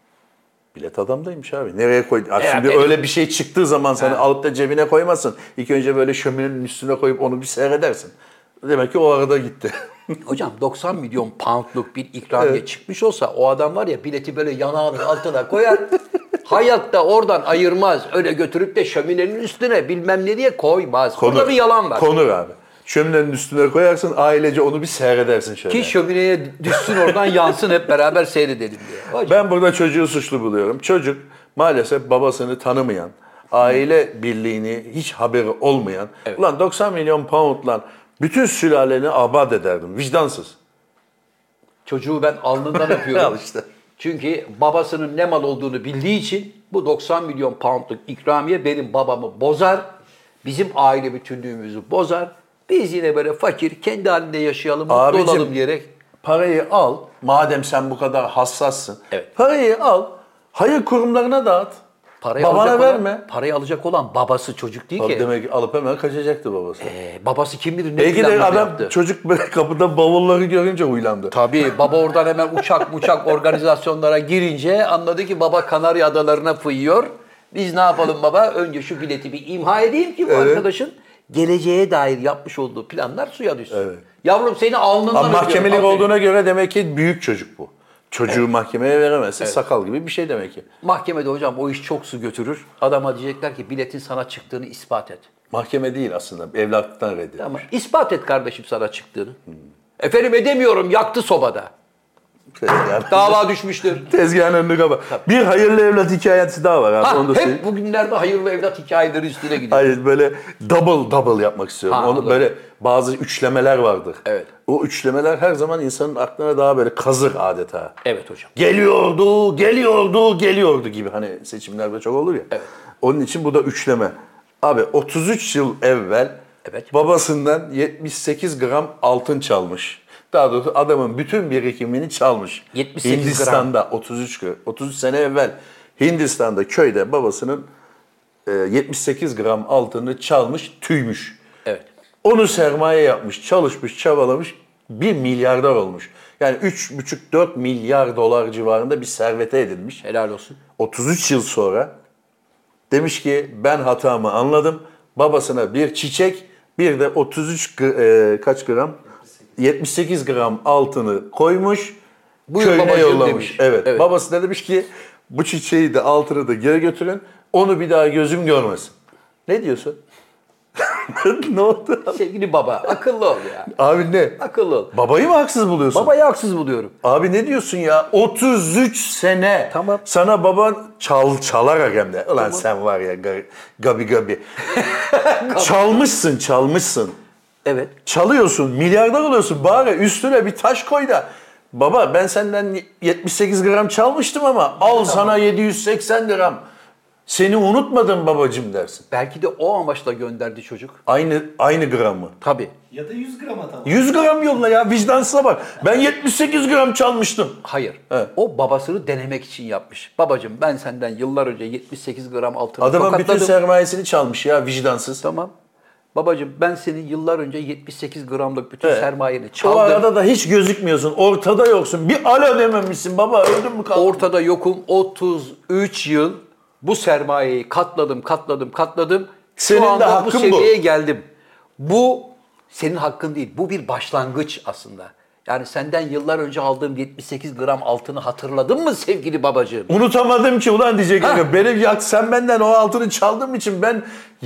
Bilet adamdaymış abi. Nereye koy? Abi şimdi benim- öyle bir şey çıktığı zaman sen alıp da cebine koymazsın. İlk önce böyle şöminenin üstüne koyup onu bir seyredersin. Demek ki o arada gitti. Hocam 90 milyon poundluk bir ikramiye çıkmış olsa o adam var ya bileti böyle yanağının altına koyar. Hayatta oradan ayırmaz. Öyle götürüp de şöminenin üstüne bilmem ne diye koymaz. Burada bir yalan var. Konur abi. Şöminenin üstüne koyarsın ailece onu bir seyredersin şöyle. Ki şömineye düşsün oradan yansın hep beraber seyredelim diye. Hocam, Ben burada çocuğu suçlu buluyorum. Çocuk maalesef babasını tanımayan, aile birliğini hiç haberi olmayan. Evet. Ulan 90 milyon poundla bütün sülaleni abad ederdim. Vicdansız. çocuğu ben alnından öpüyorum. Al işte. Çünkü babasının ne mal olduğunu bildiği için bu 90 milyon poundluk ikramiye benim babamı bozar. Bizim aile bütünlüğümüzü bozar. Biz yine böyle fakir, kendi halinde yaşayalım, mutlu Abicim, olalım diyerek. Parayı al. Madem sen bu kadar hassassın. Evet. Parayı al. Hayır kurumlarına dağıt. Parayı Babana alacak verme. Olan, parayı alacak olan babası çocuk değil ki. Demek ki alıp hemen kaçacaktı babası. Babası kim bilir ne Belki de planlar adam yaptı. çocuk böyle kapıda bavulları görünce huylandı. Tabii baba oradan hemen uçak organizasyonlara girince anladı ki baba Kanarya Adalarına fıyıyor. Biz ne yapalım baba? Önce şu bileti bir imha edeyim ki bu arkadaşın geleceğe dair yapmış olduğu planlar suya düşsün. Evet. Yavrum seni alnından Ama öpüyorum. mahkemelik Aferin. olduğuna göre demek ki büyük çocuk bu. Çocuğu mahkemeye veremezsin. Sakal gibi bir şey demek ki. Mahkemede hocam o iş çok su götürür. Adama diyecekler ki biletin sana çıktığını ispat et. Mahkeme değil aslında. Evlatlıktan reddedilmiş. Ama ispat et kardeşim sana çıktığını. Efendim edemiyorum yaktı sobada. Dava düşmüştür. Tezgahın önünü kapa. Bir hayırlı evlat hikayesi daha var abi. Ha, Onu da söyleyeyim. hep bugünlerde hayırlı evlat hikayeleri üstüne gidiyor. Hayır böyle double yapmak istiyorum. Ha, Onu anladım. böyle bazı üçlemeler vardır. Evet. O üçlemeler her zaman insanın aklına daha böyle kazır adeta. Evet hocam. Geliyordu gibi hani seçimlerde çok olur ya. Evet. Onun için bu da üçleme. Abi 33 yıl evvel Evet. babasından 78 gram altın çalmış. Daha doğrusu adamın bütün birikimini çalmış. 78 gram. Hindistan'da 33 sene evvel Hindistan'da köyde babasının 78 gram altını çalmış, tüymüş. Evet. Onu sermaye yapmış, çalışmış, çabalamış, 1 milyardar olmuş. Yani 3,5-4 milyar dolar civarında bir servete edinmiş. Helal olsun. 33 yıl sonra demiş ki ben hatamı anladım. Babasına bir çiçek, Bir de 33 kaç gram? 78 gram altını koymuş. Buyur Köyüne babacığım yollamış. demiş. Evet. Evet. Babası da demiş ki bu çiçeği de altını da geri götürün. Onu bir daha gözüm görmesin. Ne diyorsun? Ne oldu? Sevgili baba akıllı ol ya. Abi ne? Akıllı ol. Babayı mı haksız buluyorsun? Babayı haksız buluyorum. Abi ne diyorsun ya? 33 sene. Tamam. Sana baban çalarak hem de. Ulan sen var ya gabi. Çalmışsın. Evet. Çalıyorsun, milyarder oluyorsun. Bari üstüne bir taş koy da. Baba ben senden 78 gram çalmıştım ama al sana 780 gram. Seni unutmadım babacım dersin. Belki de o amaçla gönderdi çocuk. Aynı gram mı? Tabii. Ya da 100 gram atalım. 100 gram yolla ya, vicdansıza bak. Ben 78 gram çalmıştım. Hayır. Evet. O babasını denemek için yapmış. Babacığım ben senden yıllar önce 78 gram altını Adamın bütün tokatladım. sermayesini çalmış ya, vicdansız. Tamam. Babacığım ben senin yıllar önce 78 gramlık bütün Evet. sermayeni O çaldım. arada da hiç gözükmüyorsun. Ortada yoksun. Bir alo dememişsin. Baba öldün mü kaldın? Ortada yokum 33 yıl bu sermayeyi katladım. Senin Şu de anda hakkın bu bu. seviyeye geldim. Bu senin hakkın değil. Bu bir başlangıç aslında. Yani senden yıllar önce aldığım 78 gram altını hatırladın mı sevgili babacığım? Unutamadım ki ulan diyecekler. Ha. Benim sen benden o altını çaldığım için ben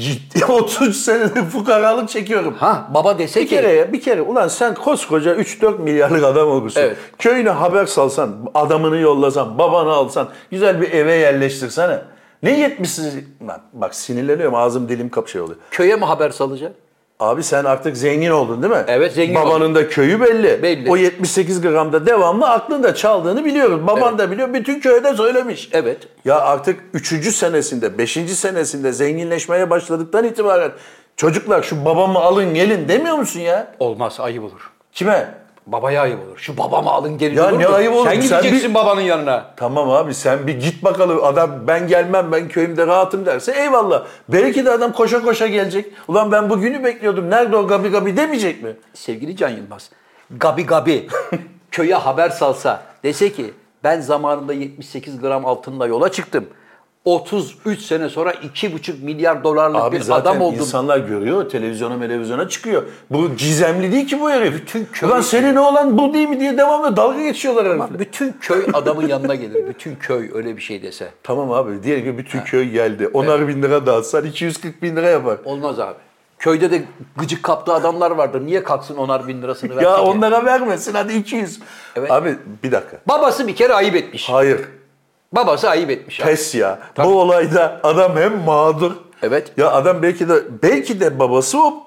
33 senedir fukaralık çekiyorum. Ha baba dese Bir ki bir kere ulan sen koskoca 3-4 milyarlık adam olmuşsun. Evet. Köyüne haber salsan, adamını yollasan, babanı alsan, güzel bir eve yerleştirsene. Ne 70'siz? Bak sinirleniyorum, ağzım dilim kapşay oluyor. köye mi haber salacak? Abi sen artık zengin oldun değil mi? Evet, zengin Babanın da köyü belli. Belli. O 78 gramda devamlı aklında çaldığını biliyoruz. Baban da biliyor. Bütün köyde söylemiş. Evet. Ya artık 3. senesinde, 5. senesinde zenginleşmeye başladıktan itibaren çocuklar şu babamı alın gelin demiyor musun ya? Olmaz ayıp olur. Kime? Babaya ayıp olur. Şu babamı alın gelin Ya olur ne mu? ayıp olur? Sen Sen gideceksin babanın yanına. Tamam abi sen bir git bakalım. Adam ben gelmem, ben köyümde rahatım derse eyvallah. Belki de adam koşa koşa gelecek. Ulan ben bugünü bekliyordum. Nerede o gabi demeyecek mi? Sevgili Can Yılmaz, Gabi köye haber salsa dese ki ben zamanında 78 gram altınla yola çıktım. 33 sene sonra 2,5 milyar dolarlık Abi bir zaten adam oldum. insanlar görüyor, televizyona çıkıyor. Bu gizemli değil ki bu herif. Bütün köy- Ulan senin oğlan bu değil mi diye devamlı dalga geçiyorlar herifle. Ama bütün köy adamın yanına gelir. Bütün köy öyle bir şey dese. Tamam abi, diyelim ki bütün köy geldi. 10'ar bin lira dağıtsan 240 bin lira yapar. Olmaz abi. Köyde de gıcık kaptığı adamlar vardır. Niye kalksın 10'ar bin lirasını versin Ya ki? onlara vermesin hadi 200. Evet. Abi bir dakika. Babası bir kere ayıp etmiş. Hayır. Babası ayıp etmiş. abi. Pes ya. Bu olayda adam hem mağdur. Evet. Ya adam belki de babası o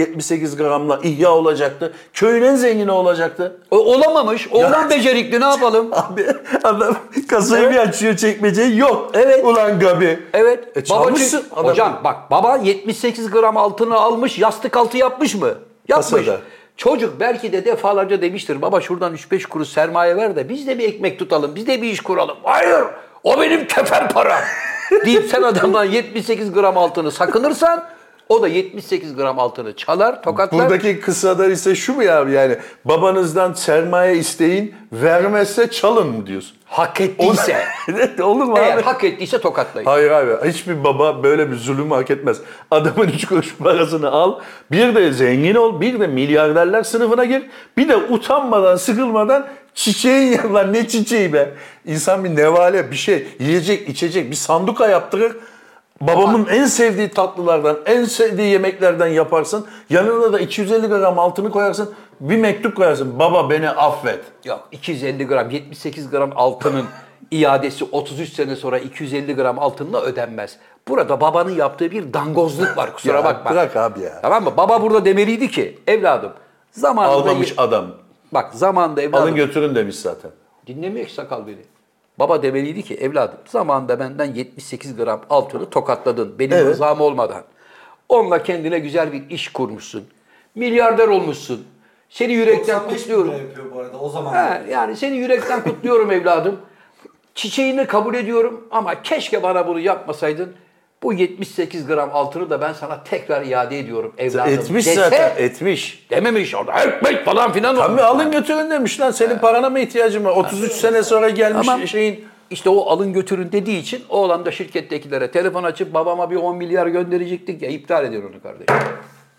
78 gramla ihya olacaktı. Köyün en zengini olacaktı. Olamamış. Oğlan becerikli ne yapalım? Abi adam kasayı bir açıyor, çekmeceyi yok. Evet. Ulan Gabi. Evet. Çalmışsın. Babacık, hocam bak baba 78 gram altını almış yastık altı yapmış mı? Yapmış. Kasada. Çocuk belki de defalarca demiştir. Baba şuradan 3-5 kuruş sermaye ver de biz de bir ekmek tutalım. Biz de bir iş kuralım. Hayır. O benim kefen para. deyip sen adamdan 78 gram altını sakınırsan o da 78 gram altını çalar, tokatlar. Buradaki kıssada ise şu mu ya abi, yani babanızdan sermaye isteyin, vermezse çalın mı diyorsun? Hak ettiyse. Olur mu Eğer abi? hak ettiyse tokatlayın. Hayır abi, hiçbir baba böyle bir zulümü hak etmez. Adamın 3 kuruş parasını al, bir de zengin ol, bir de milyarderler sınıfına gir, bir de utanmadan, sıkılmadan çiçeğin yanına, ne çiçeği be? İnsan bir nevale, bir şey, yiyecek, içecek, bir sanduka yaptırır. Babamın en sevdiği tatlılardan, en sevdiği yemeklerden yaparsın. Yanına da 250 gram altını koyarsın, bir mektup koyarsın. Baba beni affet. Yok 250 gram, 78 gram altının iadesi 33 sene sonra 250 gram altınla ödenmez. Burada babanın yaptığı bir dangozluk var, kusura Ya bakma. bırak abi ya. Tamam mı? Baba burada demeliydi ki evladım zamanında... Almamış adam. Bak zamanında evladım... Alın götürün demiş zaten. Dinlemiyor ki sakal beni. Baba demeliydi ki evladım zamanında benden 78 gram altını tokatladın benim Evet. rızam olmadan. Onunla kendine güzel bir iş kurmuşsun. Milyarder olmuşsun. Seni yürekten 95 kutluyorum. lira yapıyor bu arada o zaman. Yani seni yürekten kutluyorum evladım. Çiçeğini kabul ediyorum ama keşke bana bunu yapmasaydın. Bu 78 gram altını da ben sana tekrar iade ediyorum evladım. Etmiş dese, zaten, etmiş. dememiş orada. Ekmek falan filan. Tabii alın götürün demiş lan, senin parana mı ihtiyacım var? 33 sene sonra gelmiş Tamam. şeyin. İşte o alın götürün dediği için oğlan da şirkettekilere telefon açıp babama bir 10 milyar gönderecektik ya iptal ediyor onu kardeşim.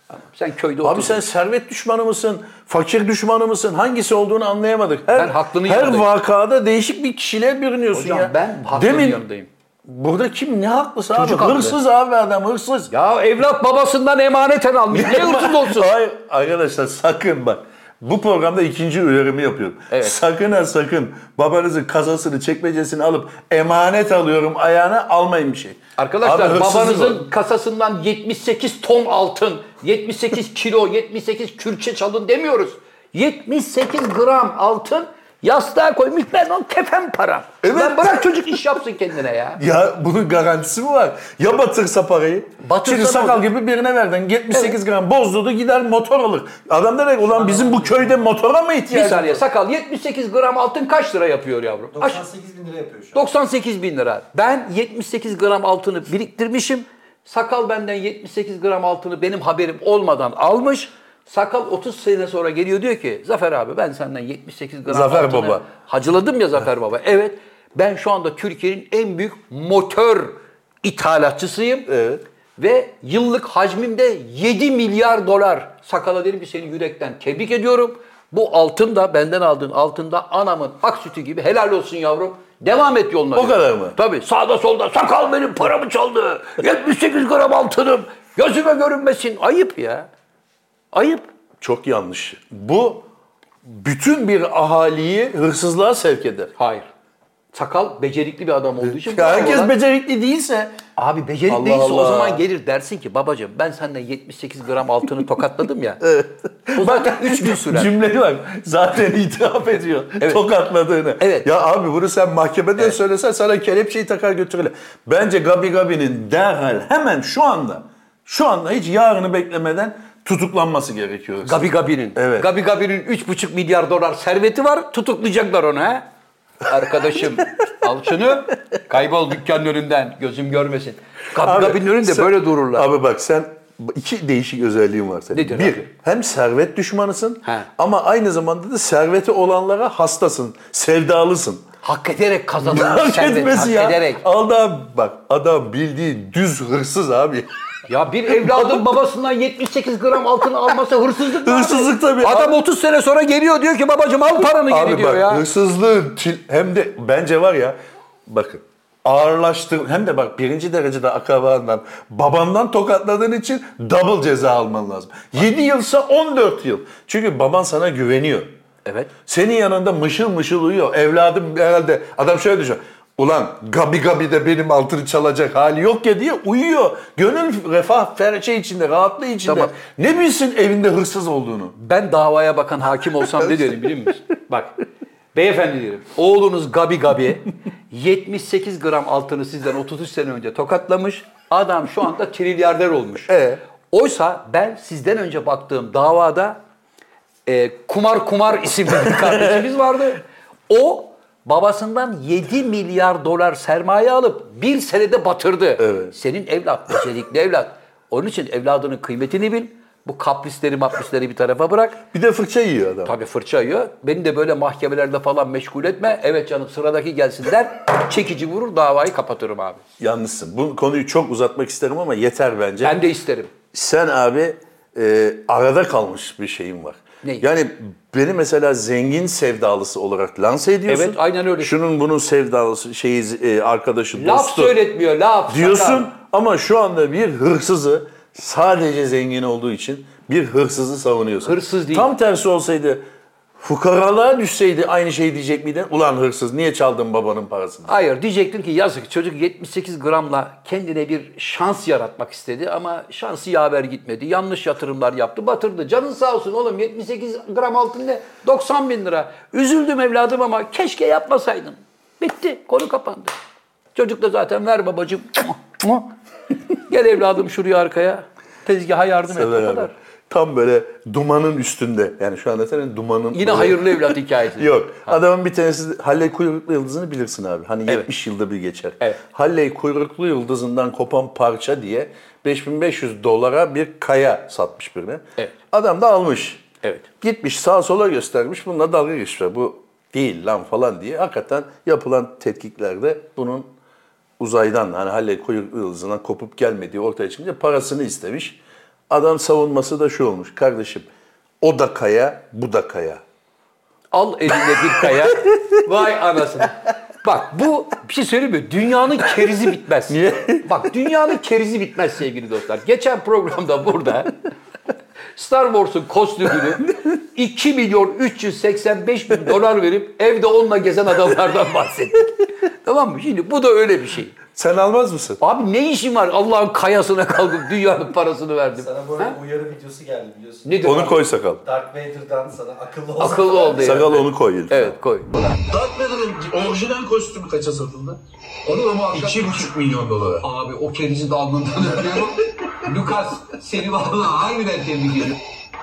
Sen köyde Abi oturdun. sen servet düşmanı mısın? Fakir düşmanı mısın? Hangisi olduğunu anlayamadık. Ben haklının her yanındayım. vakada değişik bir kişiliğe bürünüyorsun Hocam ya. ben haklının yanındayım. Burada kim ne haklısı abi? Çocuk haklı. Hırsız abi adam hırsız. Ya evlat babasından emaneten almış. Niye hırsız olsun? Hayır arkadaşlar sakın bak. Bu programda ikinci uyarımı yapıyorum. Evet. Sakın ha sakın babanızın kasasını çekmecesini alıp emanet alıyorum ayağına almayın bir şey. Arkadaşlar Abi, hırsızlık babanızın o. kasasından 78 ton altın, 78 kilo, 78 külçe çalın demiyoruz. 78 gram altın yastığa koymuş, ben o kefen param. Evet. Lan bırak çocuk iş yapsın kendine ya. Ya bunun garantisi mi var? Ya batırsa parayı? Batırsa Şimdi ne sakal olur? gibi birine verdin. 78 gram bozdurdu gider motor alır. Adam der ki ulan bizim bu köyde motora mı Bir ihtiyacımız var? saniye sakal, 78 gram altın kaç lira yapıyor yavrum? 98 bin lira yapıyor şu an. 98 bin lira. Ben 78 gram altını biriktirmişim. Sakal benden 78 gram altını benim haberim olmadan almış. Sakal 30 sene sonra geliyor diyor ki Zafer abi ben senden 78 gram Zafer altını Baba. hacıladım ya Zafer Baba. Evet, ben şu anda Türkiye'nin en büyük motor ithalatçısıyım. Evet. Ve yıllık hacmimde 7 milyar dolar. Sakala dedim ki seni yürekten tebrik ediyorum. Bu altın da benden aldığın altın da anamın ak sütü gibi, helal olsun yavrum. Devam et yoluna. O diyor. kadar mı? Tabii sağda solda sakal benim paramı çaldı. 78 gram altınım. Gözüme görünmesin. Ayıp ya. Ayıp. Çok yanlış. Bu bütün bir ahaliyi hırsızlığa sevk eder. Hayır. Sakal becerikli bir adam olduğu için. Ya herkes olan- becerikli değilse Abi becerikli Allah değilse o Allah. zaman gelir dersin ki babacığım ben senden 78 gram altını tokatladım ya. O zaten 3 gün sürer. cümleyi bak zaten itiraf ediyor Evet. tokatladığını. Evet. Ya abi bunu sen mahkemede söylesen sana kelepçeyi takar götürürler. Bence Gabi Gabi'nin derhal hemen şu anda hiç yarını beklemeden tutuklanması gerekiyor. Gabi Gabi'nin. Evet. Gabi Gabi'nin 3,5 milyar dolar serveti var. Tutuklayacaklar onu ha. Arkadaşım al şunu. Kaybol dükkanın önünden. Gözüm görmesin. Gabi Abi, Gabi'nin önünde sen- böyle dururlar. Abi bak sen iki değişik özelliğin var senin. Nedir Bir, abi? hem servet düşmanısın He. ama aynı zamanda da serveti olanlara hastasın, sevdalısın. Hak ederek kazanılan Hak servet. etmesi Hak ya. ederek. Adam bak adam bildiğin düz hırsız abi. Ya bir evladın babasından 78 gram altın alması hırsızlık mı abi? Hırsızlık tabii. Adam 30 sene sonra geliyor diyor ki babacığım al paranı geri Abi diyor bak ya. hırsızlığın hem de bence var ya bakın ağırlaştır hem de bak birinci derecede akrabandan babandan tokatladığın için double ceza alman lazım. 7 yılsa 14 yıl. Çünkü baban sana güveniyor. Evet. Senin yanında mışıl mışıl uyuyor. Evladım herhalde adam şöyle düşünüyor. Ulan Gabi Gabi de benim altını çalacak hali yok ya diye uyuyor. Gönül refah, şey içinde, rahatlığı içinde. Tamam. Ne bilsin evinde hırsız olduğunu. Ben davaya bakan hakim olsam ne derim biliyor musun? Bak, beyefendi derim. Oğlunuz Gabi Gabi 78 gram altını sizden 33 sene önce tokatlamış. Adam şu anda trilyarder olmuş. Oysa ben sizden önce baktığım davada Kumar isimli bir kardeşimiz vardı. O babasından 7 milyar dolar sermaye alıp bir senede batırdı. Evet. Senin evlat, becerikli evlat. Onun için evladının kıymetini bil. Bu kaprisleri bir tarafa bırak. Bir de fırça yiyor adam. Tabii fırça yiyor. Beni de böyle mahkemelerde falan meşgul etme. Evet canım sıradaki gelsin der. Çekici vurur davayı kapatırım abi. Yanlışsın. Bu konuyu çok uzatmak isterim ama yeter bence. Ben de isterim. Sen abi arada kalmış bir şeyin var. Ne? Yani beni mesela zengin sevdalısı olarak lanse ediyorsun. Evet, aynen öyle. Şunun bunun sevdalısı, arkadaşı, Laf dostu söyletmiyor laf. diyorsun sakal. ama şu anda bir hırsızı sadece zengin olduğu için bir hırsızı savunuyorsun. Hırsız değil. Tam tersi olsaydı fukaralığa düşseydi aynı şeyi diyecek miydin? Ulan hırsız niye çaldın babanın parasını? Hayır diyecektim ki yazık çocuk 78 gramla kendine bir şans yaratmak istedi ama şansı yaver gitmedi. Yanlış yatırımlar yaptı batırdı. Canın sağ olsun oğlum 78 gram altın ne? 90 bin lira. Üzüldüm evladım ama keşke yapmasaydın. Bitti konu kapandı. Çocuk da zaten ver babacığım. Gel evladım şuraya arkaya. Tezgaha yardım et Sever o abi. kadar. Tam böyle dumanın üstünde. Yani şu anda senin dumanın... Yine böyle- hayırlı evlat hikayesi. Yok. Adamın bir tanesi Halley Kuyruklu Yıldızı'nı bilirsin abi. Hani Evet. 70 yılda bir geçer. Evet. Halley Kuyruklu Yıldızı'ndan kopan parça diye 5500 dolara bir kaya satmış birine. Evet. Adam da almış. Evet. Gitmiş sağa sola göstermiş. Bununla dalga geçmişler. Bu değil lan falan diye. Hakikaten yapılan tetkiklerde bunun uzaydan hani Halley Kuyruklu Yıldızı'ndan kopup gelmediği ortaya çıkınca parasını istemiş. Adam savunması da şu olmuş. Kardeşim o da kaya, bu da kaya. Al eline bir kaya. Vay anasını. Bak bu bir şey söyleyeyim mi? Dünyanın kerizi bitmez. Niye? Bak dünyanın kerizi bitmez sevgili dostlar. Geçen programda burada Star Wars'un kostümünü 2 milyon 385 bin dolar verip evde onunla gezen adamlardan bahsettik. Tamam mı? Şimdi bu da öyle bir şey. Sen almaz mısın? Abi ne işin var Allah'ın kayasına kalkıp dünyanın parasını verdim. Sana böyle uyarı videosu geldi biliyorsun. Nedir Onu abi? koy sakal. Darth Vader'dan sana akıllı ol. Akıllı oldu ya. Sakal onu koy lütfen. Evet koy. Darth Vader'ın orijinal kostümü kaça satıldı? Onu da muhakkak 2,5 milyon dolara. Abi o kerizi de alnından öpüyorum. Lucas seni vallahi harbiden tebrik ediyorum.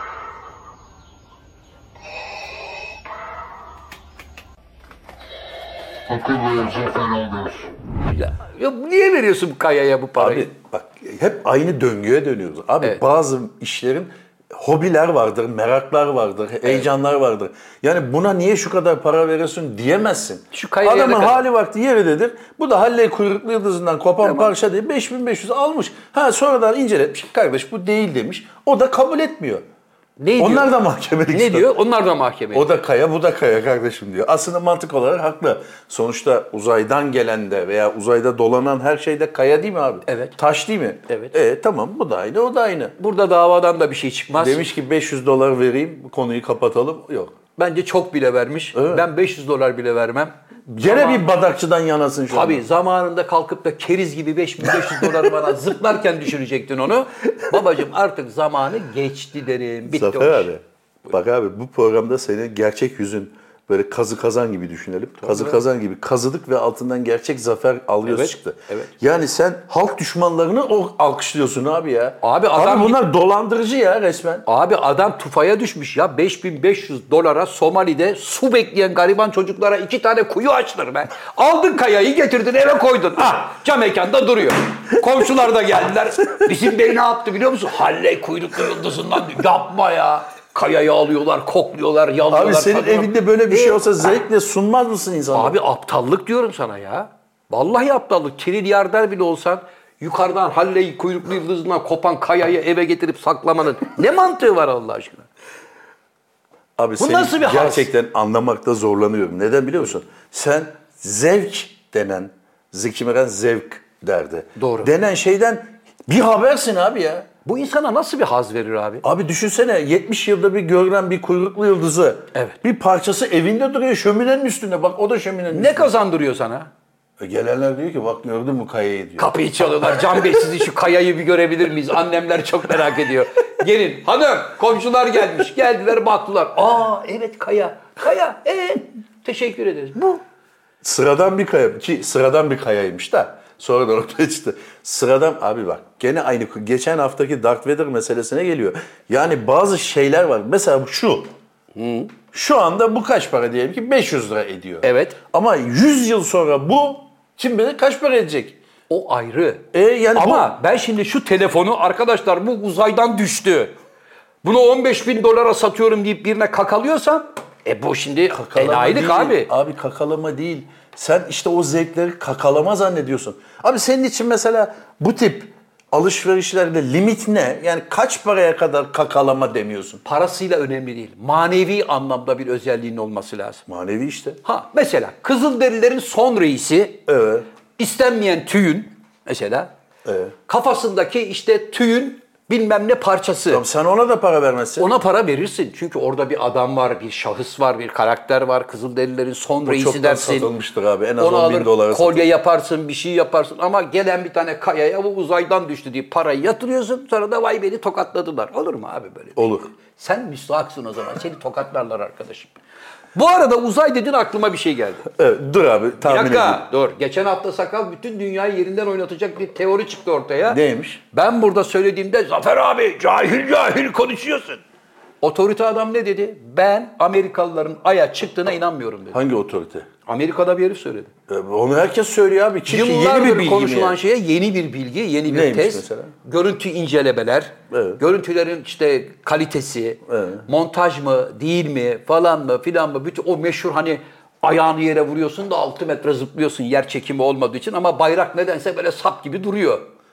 Ya niye veriyorsun bu kayaya bu parayı? Abi bak hep aynı döngüye dönüyoruz. Abi Evet. bazı işlerin hobiler vardır, meraklar vardır, heyecanlar vardır. Yani buna niye şu kadar para veriyorsun diyemezsin. Şu kayaya Adamın ne kadar? hali vakti yeridedir. Bu da Halley kuyruklu yıldızından kopan parça değil 5500 almış. Ha sonradan inceletmiş. Kardeş bu değil demiş. O da kabul etmiyor. Ne diyor? Onlar da mahkemelik. Ne diyor? Onlar da mahkeme. O da kaya, bu da kaya kardeşim diyor. Aslında mantık olarak haklı. Sonuçta uzaydan gelen de veya uzayda dolanan her şey de kaya değil mi abi? Evet. Taş değil mi? Evet. Tamam bu da aynı, o da aynı. Burada davadan da bir şey çıkmaz. Demiş ki 500 dolar vereyim, bu konuyu kapatalım. Yok. Bence çok bile vermiş. Evet. Ben 500 dolar bile vermem. Gene bir badakçıdan yanasın şu Tabii anda. zamanında kalkıp da keriz gibi 5500 doları bana zıplarken düşürecektin onu. Babacığım artık zamanı geçti derim. Bitti Zafer o iş. abi, bak abi bu programda senin gerçek yüzün böyle kazı kazan gibi düşünelim. Kazı kazan gibi kazıdık ve altından gerçek zafer algısı Evet, çıktı. evet. Yani sen halk düşmanlarını alkışlıyorsun abi ya. Abi adam bunlar dolandırıcı ya resmen. Abi adam tufaya düşmüş ya. 5500 dolara Somali'de su bekleyen gariban çocuklara 2 tane kuyu açtır be. Aldın kayayı getirdin eve koydun. Ah cam mekanda duruyor. Komşular da geldiler. Bizim bey ne yaptı biliyor musun? Halley kuyruklu yıldızından yapma ya. Kayayı alıyorlar, kokluyorlar, yalıyorlar. Abi senin tadıyorlar. evinde böyle bir şey olsa zevkle sunmaz mısın insanlara? Abi aptallık diyorum sana ya. Vallahi aptallık. Trilyarder bile olsan yukarıdan Halley kuyruklu yıldızından kopan kayayı eve getirip saklamanın ne mantığı var Allah aşkına? Abi Bu seni nasıl bir haz? gerçekten anlamakta zorlanıyorum. Neden biliyor musun? Sen zevk denen, Zeki Müren zevk derdi. Doğru. Denen şeyden bir habersin abi ya. Bu insana nasıl bir haz verir abi? Abi düşünsene 70 yılda bir görülen bir kuyruklu yıldızı. Evet. Bir parçası evinde duruyor şöminenin üstünde. Bak o da şöminenin Ne üstünde. kazandırıyor sana? Gelenler diyor ki bak gördün mü kayayı diyor. Kapıyı çalıyorlar. Can Bey sizi şu kayayı bir görebilir miyiz? Annemler çok merak ediyor. Gelin hanım komşular gelmiş. Geldiler baktılar. Aa evet kaya. Kaya. Teşekkür ederiz. Bu. Sıradan bir kaya ki sıradan bir kayaymış da sonradan ortaya çıktı. Sıradan abi bak gene aynı geçen haftaki Darth Vader meselesine geliyor. Yani bazı şeyler var. Mesela şu. Şu anda bu kaç para diyelim ki 500 lira ediyor. Evet. Ama 100 yıl sonra bu kim bilir kaç para edecek? O ayrı. Yani Ama ben şimdi şu telefonu arkadaşlar bu uzaydan düştü. Bunu 15 bin dolara satıyorum deyip birine kakalıyorsan bu şimdi Kakalama enayilik değil. abi. Abi kakalama değil. Sen işte o zevkleri kakalama zannediyorsun. Abi senin için mesela bu tip alışverişlerde limit ne? Yani kaç paraya kadar kakalama demiyorsun? Parasıyla önemli değil. Manevi anlamda bir özelliğinin olması lazım. Manevi işte. Ha mesela Kızılderililerin son reisi Evet. istenmeyen tüyün mesela Evet. kafasındaki işte tüyün bilmem ne parçası. Tamam, sen ona da para vermezsin. Ona para verirsin. Çünkü orada bir adam var, bir şahıs var, bir karakter var. Kızılderililerin son reisi çoktan dersin. satılmıştır abi. En az Onu 10 bin alır, dolara kolye satılır. yaparsın, bir şey yaparsın. Ama gelen bir tane kayaya bu uzaydan düştü diye parayı yatırıyorsun. Sonra da vay beni tokatladılar. Olur mu abi böyle? Olur. Sen müstahaksın o zaman. Seni tokatlarlar arkadaşım. Bu arada uzay dedin aklıma bir şey geldi. Evet, dur abi Bir tahmin edeyim. dakika dur. Geçen hafta Sakal bütün dünyayı yerinden oynatacak bir teori çıktı ortaya. Neymiş? Ben burada söylediğimde Zafer abi cahil cahil konuşuyorsun. Otorite adam ne dedi? Ben Amerikalıların Ay'a çıktığına inanmıyorum dedi. Hangi otorite? Amerika'da bir herif söyledi. Onu herkes söylüyor abi. Çünkü Yıllardır yeni bir bilgi konuşulan mi? şeye yeni bir bilgi, yeni bir Neymiş tez. mesela? Görüntü incelemeler, Evet. görüntülerin işte kalitesi, Evet. montaj mı, değil mi, falan mı, filan mı. Bütün o meşhur hani ayağını yere vuruyorsun da 6 metre zıplıyorsun yer çekimi olmadığı için ama bayrak nedense böyle sap gibi duruyor.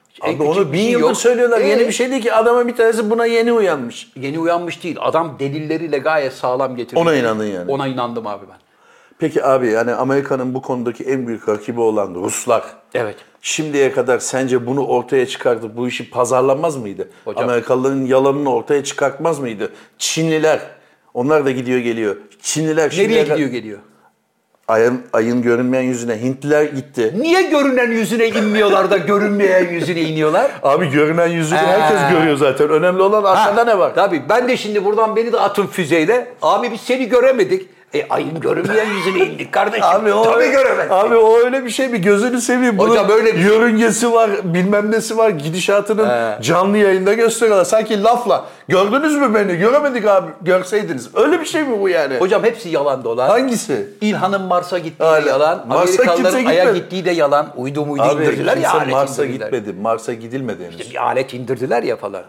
Abi onu 1000 yıldır söylüyorlar. Yeni bir şey değil ki. Adama bir tanesi buna yeni uyanmış. Yeni uyanmış değil. Adam delilleriyle gayet sağlam getirdi. Ona inandın yani. Ona inandım abi ben. Peki abi yani Amerika'nın bu konudaki en büyük rakibi olan Ruslar. Evet. Şimdiye kadar sence bunu ortaya çıkartıp bu işi pazarlanmaz mıydı? Hocam. Amerikalıların yalanını ortaya çıkartmaz mıydı? Çinliler, onlar da gidiyor geliyor. Çinliler Nereye gidiyor geliyor? Ayın görünmeyen yüzüne. Hintliler gitti. Niye görünen yüzüne inmiyorlar da görünmeyen yüzüne iniyorlar? Abi görünen yüzünü herkes görüyor zaten. Önemli olan arkada ne var? Tabii ben de şimdi buradan beni de atın füzeyle. Abi biz seni göremedik. Ayın görünmeyen yüzüne indik kardeşim. Abi o, tabii göremedik. Abi o öyle bir şey mi? Gözünü seveyim. Bunun Hocam öyle bir şey. yörüngesi var, bilmem nesi var. Gidişatının canlı yayında gösteriyorlar. Sanki lafla. Gördünüz mü beni? Göremedik abi. Görseydiniz. Öyle bir şey mi bu yani? Hocam hepsi yalan dolar. Hangisi? İlhan'ın Mars'a gittiği Hala. de yalan. Mars'a Amerikalıların kimse Ay'a gitmedi. gittiği de yalan. Uydu Abi indirdiler ya, kimse alet Mars'a indirdiler. gitmedi. Mars'a gidilmedi henüz. Bir alet indirdiler ya falan.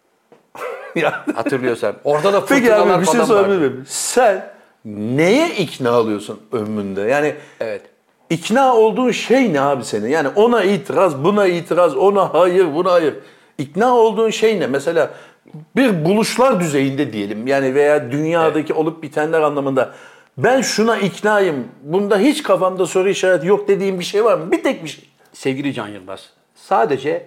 Ya. Hatırlıyorsan. Orada da Peki fırtınalar abi bir şey falan sorabilir vardı. miyim? Sen neye ikna alıyorsun ömründe? Yani Evet. ikna olduğun şey ne abi senin? Yani ona itiraz, buna itiraz, ona hayır, buna hayır. İkna olduğun şey ne? Mesela bir buluşlar düzeyinde diyelim. Yani veya dünyadaki olup bitenler anlamında. Ben şuna iknayım. Bunda hiç kafamda soru işareti yok dediğim bir şey var mı? Bir tek bir şey. Sevgili Can Yılmaz, sadece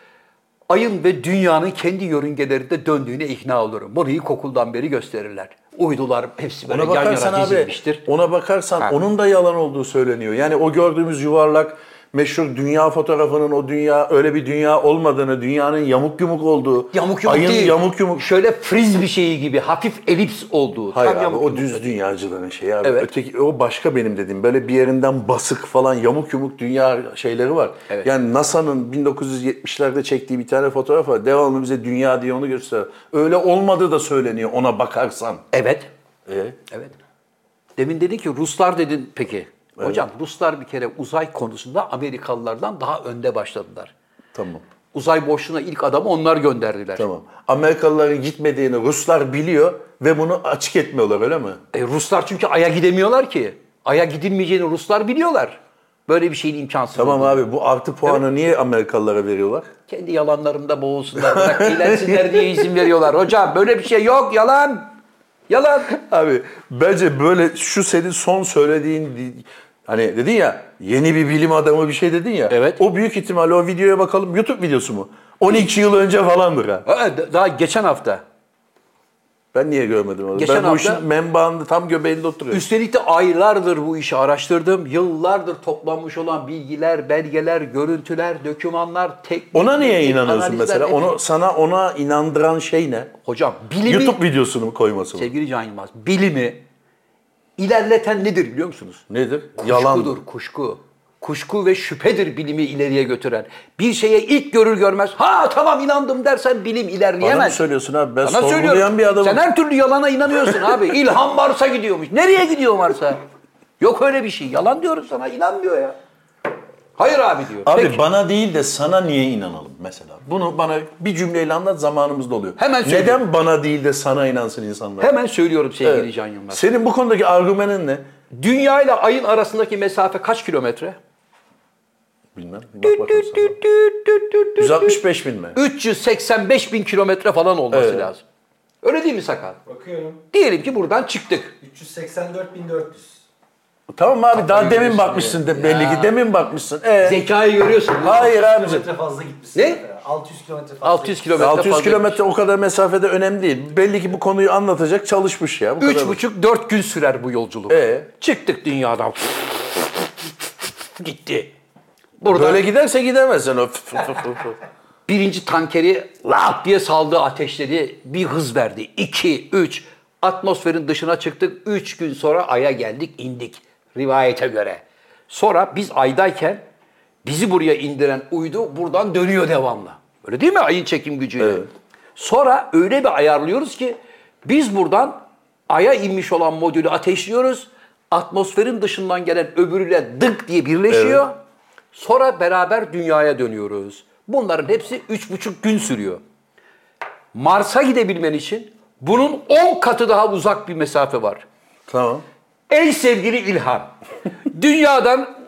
Ay'ın ve dünyanın kendi yörüngelerinde döndüğüne ikna olurum. Bunu ilkokuldan beri gösterirler. Uydular hepsi böyle Ona yan bakarsan yana abi, dizilmiştir. ona bakarsan onun da yalan olduğu söyleniyor. Yani o gördüğümüz yuvarlak meşhur dünya fotoğrafının o dünya öyle bir dünya olmadığını, dünyanın yamuk yumuk olduğu, Yamuk yumuk ayın değil. yamuk yumuk. Şöyle frizbi şeyi gibi hafif elips olduğu. Hayır Tam abi yamuk o yumuk. düz dünyacıların şeyi abi. Evet. Öteki o başka benim dediğim. Böyle bir yerinden basık falan yamuk yumuk dünya şeyleri var. Evet. Yani NASA'nın 1970'lerde çektiği bir tane fotoğraf var. Devamlı bize dünya diye onu gösteriyor. Öyle olmadığı da söyleniyor ona bakarsan. Evet. Evet. Evet. Demin dedi ki Ruslar dedin peki. Hocam Ruslar bir kere uzay konusunda Amerikalılardan daha önde başladılar. Tamam. Uzay boşluğuna ilk adamı onlar gönderdiler. Tamam. Amerikalıların gitmediğini Ruslar biliyor ve bunu açık etmiyorlar öyle mi? Ruslar çünkü Ay'a gidemiyorlar ki. Ay'a gidilmeyeceğini Ruslar biliyorlar. Böyle bir şeyin imkansız. Tamam olduğunu. abi bu artı puanı niye Amerikalılara veriyorlar? Kendi yalanlarında boğulsunlar, bırak eğlensinler diye izin veriyorlar. Hocam böyle bir şey yok, yalan. Yalan. Abi bence böyle şu senin son söylediğin hani dedin ya yeni bir bilim adamı bir şey dedin ya. Evet. O büyük ihtimalle o videoya bakalım YouTube videosu mu? 12 yıl önce falandır ha. Daha geçen hafta. Ben niye görmedim onu? Geçen Ben bu hafta- işin menbaında tam göbeğinde oturuyorum. Üstelik de aylardır bu işi araştırdım. Yıllardır toplanmış olan bilgiler, belgeler, görüntüler, dokümanlar, teknik... Ona niye inanıyorsun analizler, mesela? hepsi. Ona inandıran şey ne? Hocam bilimi... YouTube videosunu mu koyması mı? Sevgili Can Yılmaz, bilimi ilerleten nedir biliyor musunuz? Nedir? Kuşkudur, Yalandır. kuşku. Kuşku ve şüphedir bilimi ileriye götüren. Bir şeye ilk görür görmez, ha tamam inandım dersen bilim ilerleyemez. Bana mı söylüyorsun abi? Ben Sana sorgulayan söylüyorum. bir adamım. Sen her türlü yalana inanıyorsun abi. İlhan Mars'a gidiyormuş. Nereye gidiyor Mars'a? Yok öyle bir şey. Yalan diyoruz sana. İnanmıyor ya. Hayır abi diyor. Abi Peki. bana değil de sana niye inanalım mesela? Bunu bana bir cümleyle anlat zamanımız doluyor. Hemen söylüyorum. Neden bana değil de sana inansın insanlar? Hemen söylüyorum sevgili Evet. Can Yılmaz. Senin bu konudaki argümanın ne? Dünya ile ayın arasındaki mesafe kaç kilometre? Bilmem. Bak bakalım sana. 165 bin mi? 385 bin kilometre falan olması Evet. lazım. Öyle değil mi Sakal? Bakıyorum. Diyelim ki buradan çıktık. 384.400. Tamam abi daha demin görüyorsun bakmışsın ya. de belli ki demin bakmışsın. Zekayı görüyorsun. Hayır abicim. Kilometre fazla gitmişsin. Ne? mesela. 600 kilometre fazla 600 kilometre 600 fazla. kilometre o kadar mesafede önemli değil. Belli ki bu konuyu anlatacak çalışmış ya. Bu kadar. 3,5-4 gün sürer bu yolculuk. Çıktık dünyadan. Gitti. Buradan Böyle giderse gidemezsin o. birinci tankeri lap diye saldı, ateşledi. Bir hız verdi. 2, 3. Atmosferin dışına çıktık. 3 gün sonra Ay'a geldik, indik. Rivayete göre. Sonra biz Ay'dayken bizi buraya indiren uydu buradan dönüyor devamlı. Öyle değil mi Ay'ın çekim gücüyle? Evet. Sonra öyle bir ayarlıyoruz ki biz buradan Ay'a inmiş olan modülü ateşliyoruz. Atmosferin dışından gelen öbürüyle dık diye birleşiyor. Evet. Sonra beraber dünyaya dönüyoruz. Bunların hepsi 3,5 gün sürüyor. Mars'a gidebilmen için bunun 10 katı daha uzak bir mesafe var. Tamam. Ey sevgili İlhan, dünyadan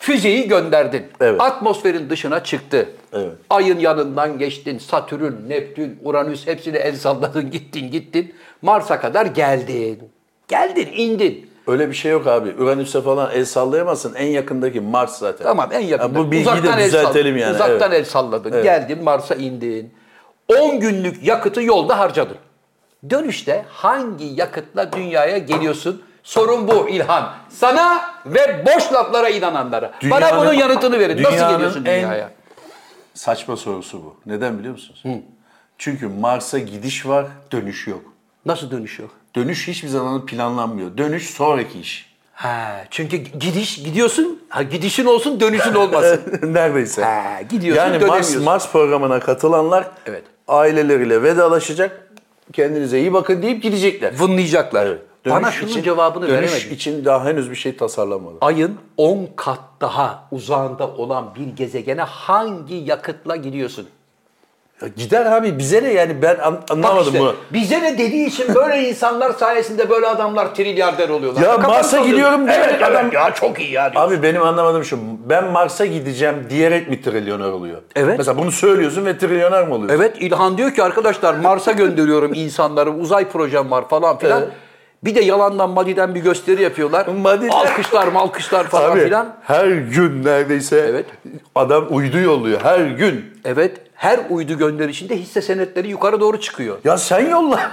Füzeyi gönderdin. Evet. Atmosferin dışına çıktı. Evet. Ayın yanından geçtin. Satürn, Neptün, Uranüs hepsini el salladın, gittin. Mars'a kadar geldin. Geldin, indin. Öyle bir şey yok abi. Uranüs'e falan el sallayamazsın. En yakındaki Mars zaten. Tamam, en yakında. Bu bilgiyi de el düzeltelim yani. Uzaktan Evet. el salladın. Evet. Geldin, Mars'a indin. 10 günlük yakıtı yolda harcadın. Dönüşte hangi yakıtla dünyaya geliyorsun? Sorun bu İlhan. Sana ve boş laflara inananlara. Bana bunun yanıtını verin. Nasıl dünyanın geliyorsun en dünyaya? saçma sorusu bu. Neden biliyor musunuz? Çünkü Mars'a gidiş var, dönüş yok. Nasıl dönüşüyor? Dönüş hiçbir zaman planlanmıyor. Dönüş sonraki iş. Çünkü gidiyorsun, gidişin olsun, dönüşün olmasın. Neredeyse. Gidiyorsun, Yani dönemiyorsun. Mars programına katılanlar Evet. aileleriyle vedalaşacak. Kendinize iyi bakın deyip gidecekler. Vınlayacaklar. Evet. Bana Dönüş şunun için- cevabını dönüş veremedin. için daha henüz bir şey tasarlanmadı. Ayın 10 kat daha uzağında olan bir gezegene hangi yakıtla gidiyorsun? Ya gider abi bize ne yani ben Bak anlamadım işte, bunu. bize ne dediği için böyle insanlar sayesinde böyle adamlar trilyarder oluyorlar. Ya Kafam Mars'a kalıyor. gidiyorum Evet, demek adam. ya çok iyi ya diyorsun. Abi benim anlamadığım şu. Ben Mars'a gideceğim diyerek mi trilyoner oluyor? Evet. Mesela bunu söylüyorsun ve trilyoner mi oluyorsun? Evet, İlhan diyor ki arkadaşlar Mars'a gönderiyorum insanları, uzay projem var falan filan. Evet. Bir de yalandan madiden bir gösteri yapıyorlar. Madiden. Alkışlar falan Abi filan. her gün neredeyse Evet. adam uydu yolluyor her gün. Evet, her uydu gönderişinde hisse senetleri yukarı doğru çıkıyor. Ya sen yolla.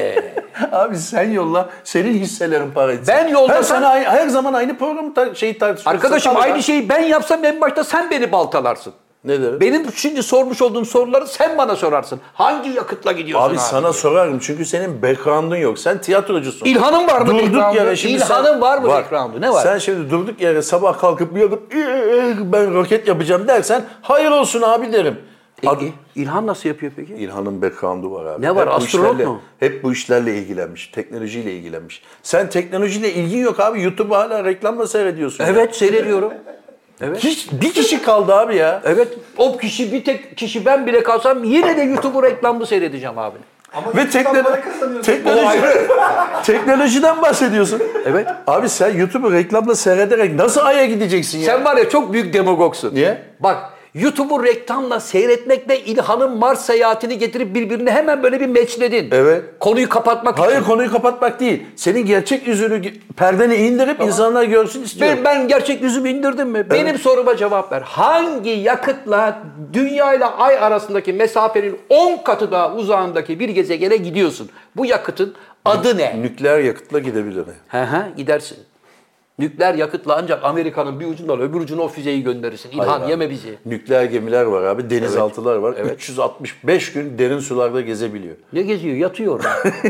Abi sen yolla. Senin hisselerin para etsin. Ben yollasam- her zaman aynı programı tartışıyoruz. Arkadaşım Tamam. aynı şeyi ben yapsam en başta sen beni baltalarsın. Ne derim? Benim şimdi sormuş olduğum soruları sen bana sorarsın. Hangi yakıtla gidiyorsun Abi sana diye. sorarım çünkü senin background'un yok. Sen tiyatrocusun. İlhan'ın var mı Durduk background'u? yere şimdi İlhan'ın var mı background'u? Ne var? Sen şimdi durduk yere sabah kalkıp bir adım ben roket yapacağım dersen hayır olsun abi derim. İlhan nasıl yapıyor peki? İlhan'ın background'u var abi. Ne var, Hep bu astronot işlerle- mu? Hep bu işlerle ilgilenmiş. Teknolojiyle ilgilenmiş. Sen teknolojiyle ilgin yok abi. YouTube'u hala reklamla seyrediyorsun. ya. Evet, seyrediyorum. Evet. Hiç bir kişi kaldı abi ya. Evet, o kişi bir tek kişi ben bile kalsam yine de YouTube'u reklamlı seyredeceğim abi. Ama Ve YouTube'dan para kazanıyorsun. teknolojiden bahsediyorsun. Evet. Abi sen YouTube'u reklamla seyrederek nasıl Ay'a gideceksin ya? Sen var ya çok büyük demagogsun. Niye? Bak, YouTube'u reklamla seyretmekle İlhan'ın Mars seyahatini getirip birbirine hemen böyle bir meçledin. Evet. Konuyu kapatmak Hayır için. konuyu kapatmak değil. Senin gerçek yüzünü perdeni indirip insanlar görsün istiyorum. Ben gerçek yüzümü indirdim mi? Benim soruma cevap ver. Hangi yakıtla Dünya ile Ay arasındaki mesafenin 10 katı daha uzağındaki bir gezegene gidiyorsun? Bu yakıtın adı ne? Nükleer yakıtla gidebilir. Gidersin. Nükleer yakıtla ancak Amerika'nın bir ucundan öbür ucuna o füzeyi gönderirsin. İlhan Hayır abi. yeme bizi. Nükleer gemiler var abi, denizaltılar var. Evet. 365 gün derin sularda gezebiliyor. Ne geziyor? Yatıyor.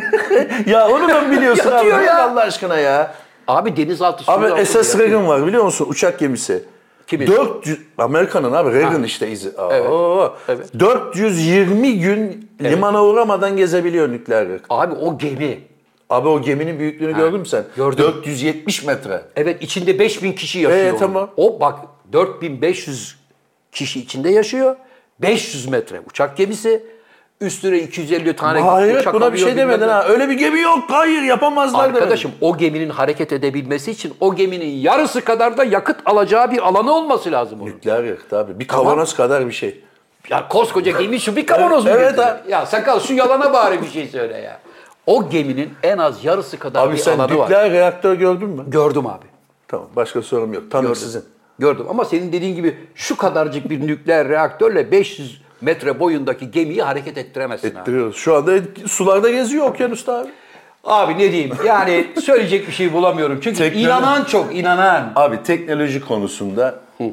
Ya onu da biliyorsun abi. Yatıyor ya. Allah aşkına ya. Abi denizaltı suyu Abi altında SS yatıyor. Reagan var biliyor musun? Uçak gemisi. Kimin? 400 Amerika'nın abi Reagan işte izi. Evet. Oo. Evet. 420 gün limana uğramadan gezebiliyor nükleer yakıt. Abi o gemi. Abi o geminin büyüklüğünü gördün mü sen? Gördüm. 470 metre. Evet, içinde 5000 kişi yaşıyor. Tamam. O bak 4500 kişi içinde yaşıyor. 500 metre uçak gemisi. Üstüne 250 tane Hayır uçak buna bir alıyor, şey demedin bilmem ne. ha. Öyle bir gemi yok. Hayır yapamazlar demedin. Arkadaşım o geminin hareket edebilmesi için o geminin yarısı kadar da yakıt alacağı bir alanı olması lazım onun. Nükleer yakıt abi. Bir kavanoz kadar bir şey. Ya koskoca gemi şu bir kavanoz mu Evet getirecek? abi. Ya sakal şu yalana bari bir şey söyle ya. O geminin en az yarısı kadar Abi bir sen alanı var. nükleer reaktör gördün mü? Gördüm abi. Tamam başka sorum yok. Tanık Gördüm. sizin. Gördüm ama senin dediğin gibi şu kadarcık bir nükleer reaktörle 500 metre boyundaki gemiyi hareket ettiremezsin abi. Ettiriyoruz. Şu anda sularda geziyor okyanusta abi. Abi ne diyeyim yani söyleyecek bir şey bulamıyorum. Çünkü Teknoloji- inanan çok inanan. Abi teknoloji konusunda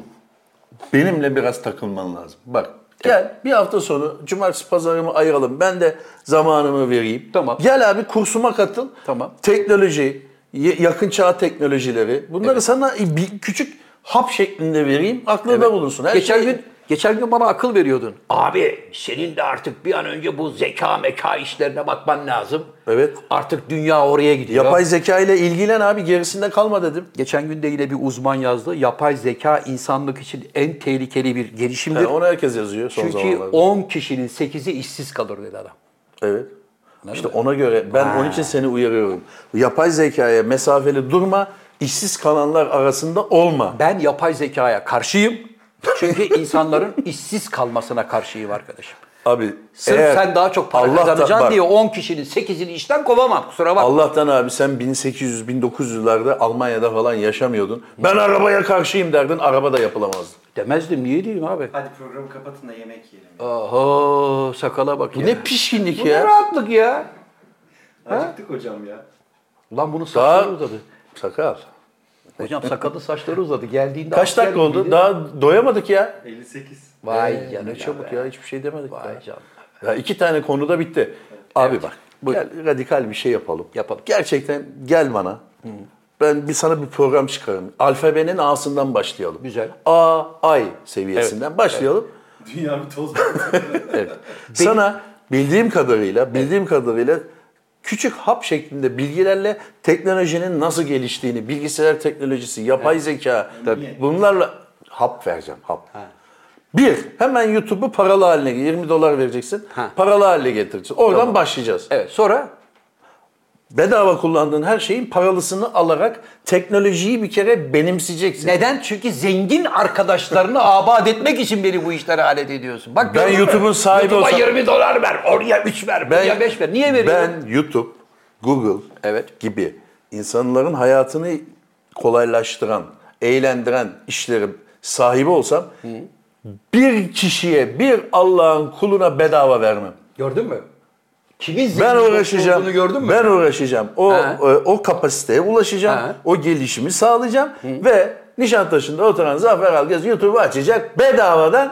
benimle biraz takılman lazım. Bak gel bir hafta sonu cumartesi pazarımı ayıralım. Ben de zamanımı vereyim. Tamam. Gel abi kursuma katıl. Tamam. Teknoloji, yakın çağ teknolojileri. Bunları sana bir küçük hap şeklinde vereyim. Aklında bulunsun. Her Geçen gün bana akıl veriyordun. Abi senin de artık bir an önce bu zeka meka işlerine bakman lazım. Evet. Artık dünya oraya gidiyor. Yapay zeka ile ilgilen abi gerisinde kalma dedim. Geçen gün de yine bir uzman yazdı. Yapay zeka insanlık için en tehlikeli bir gelişimdir. Onu herkes yazıyor son Çünkü zamanlarda. 10 kişinin 8'i işsiz kalır dedi adam. Evet. İşte ona göre ben onun için seni uyarıyorum. Yapay zekaya mesafeli durma. işsiz kalanlar arasında olma. Ben yapay zekaya karşıyım. Çünkü insanların işsiz kalmasına karşıyım arkadaşım. Abi Sırf eğer sen daha çok para Allah'tan- kazanacaksın bak, diye 10 kişinin 8'ini işten kovamam. Kusura bakma. Allah'tan abi sen 1800-1900'larda Almanya'da falan yaşamıyordun. Ben arabaya karşıyım derdin, araba da yapılamazdı. Demezdim. Niye diyeyim abi? Hadi programı kapatın da yemek yiyelim. Oho, sakala bak Bu ya. ne pişkinlik Bu ne ya. rahatlık ya. Acıktık hocam ya. Ulan bunun Daha saçları uzadı. sakal. Hocam sakalı saçları uzadı. Geldiğinde Kaç asker dakika oldu? gibiydi. Daha doyamadık ya. 58. Vay canına Ne çabuk be. ya, hiçbir şey demedik. Vay ya. canına. Ya 2 tane konuda bitti. Abi bak, gel radikal bir şey yapalım. Yapalım. Gerçekten gel bana. Ben sana bir program çıkarayım. Alfabenin A'sından başlayalım. Güzel. A, Ay seviyesinden başlayalım. Dünya bir toz. Evet. Sana bildiğim kadarıyla küçük hap şeklinde bilgilerle teknolojinin nasıl geliştiğini, bilgisayar teknolojisi, yapay zeka, bunlarla hap vereceğim, hap. Bir, hemen YouTube'u paralı haline, 20 dolar vereceksin, paralı haline getireceksin. Oradan başlayacağız. Evet, sonra Bedava kullandığın her şeyin paralısını alarak teknolojiyi bir kere benimseyeceksin. neden? Çünkü zengin arkadaşlarını abat etmek için beni bu işlere alet ediyorsun. Bak Ben gördün mü? YouTube'un sahibi YouTube'a olsam- 20 dolar ver, oraya 3 ver, buraya 5 ver. Niye veriyorsun? Ben YouTube, Google gibi insanların hayatını kolaylaştıran, eğlendiren işlerin sahibi olsam bir kişiye, bir Allah'ın kuluna bedava vermem. Gördün mü? Kimin zengin Ben uğraşacağım. olduğunu gördün mü? Ben uğraşacağım. Ha. O kapasiteye ulaşacağım. Ha. O gelişimi sağlayacağım ve Nişantaşı'nda oturan Zafer Algöz YouTube'u açacak bedavadan.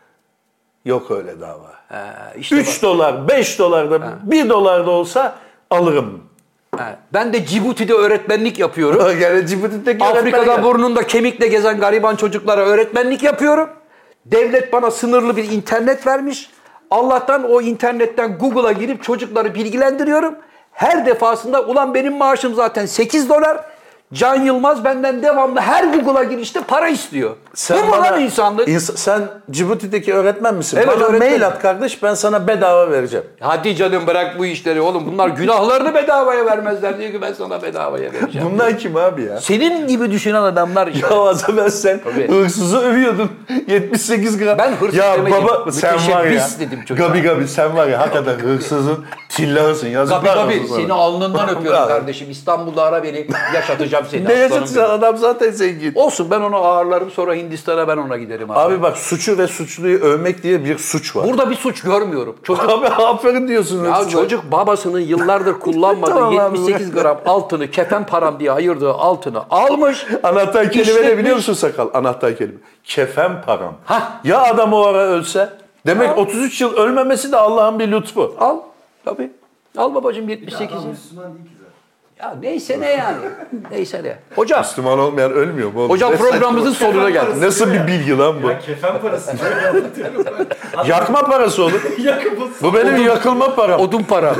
Yok öyle dava. İşte 3 dolar, 5 dolar da 1 dolar da olsa alırım. ben de Cibuti'de öğretmenlik yapıyorum. Yani Cibuti'deki Afrika'da öğretmen- burnunda kemikle gezen gariban çocuklara öğretmenlik yapıyorum. Devlet bana sınırlı bir internet vermiş. Allah'tan o internetten Google'a girip çocukları bilgilendiriyorum. Her defasında ulan benim maaşım zaten 8 dolar. Can Yılmaz benden devamlı her Google'a girişte para istiyor. Bu mu lan insanlık? Sen Cibuti'deki öğretmen misin? Evet, Bana öğretmenim. mail at kardeş, ben sana bedava vereceğim. Hadi canım bırak bu işleri oğlum. Bunlar günahlarını bedavaya vermezler diyor ki ben sana bedavaya vereceğim. Bunlar kim abi ya? Senin gibi düşünen adamlar işte. Ya az evvel sen Tabii. hırsızı övüyordun. 78 gram. Ben hırsız ya demedim. baba sen var ya. Müteşebbis dedim çocuğa. Gabi sen var ya hakikaten hırsızın tillahısın. Gabi Yazıklar Gabi olsun sana. seni alnından öpüyorum kardeşim. İstanbul'da ara beni yaşatacağım seni. Ne aslanım yaşatsın, benim. adam zaten zengin. Olsun ben onu ağırlarım sonra Hindistan'a ben ona giderim abi. Abi bak, suçu ve suçluyu övmek diye bir suç var. Burada bir suç görmüyorum. Çocuk, Abi aferin diyorsun. ya hırsıza. çocuk babasının yıllardır kullanmadığı Tamam abi. 78 gram altını kefen param diye ayırdığı altını almış. Anahtar kelime ne İşletmiş. biliyor musun sakal? Anahtar kelime. Kefen param. Hah. Ya adam o ara ölse? Demek 33 yıl ölmemesi de Allah'ın bir lütfu. Al tabii. Al babacığım 78'i. Müslüman değil ki zaten. Ya neyse ne yani. Neyse ne. Hocam, Müslüman olmayan ölmüyor mu oğlum? hocam Ne programımızın saçma- sonuna geldik. Nasıl bir bilgi lan bu? Kefen parası. Böyle anlatıyorum ben. Yakma parası olur. Yakıp Bu benim yakılma param. Odun para.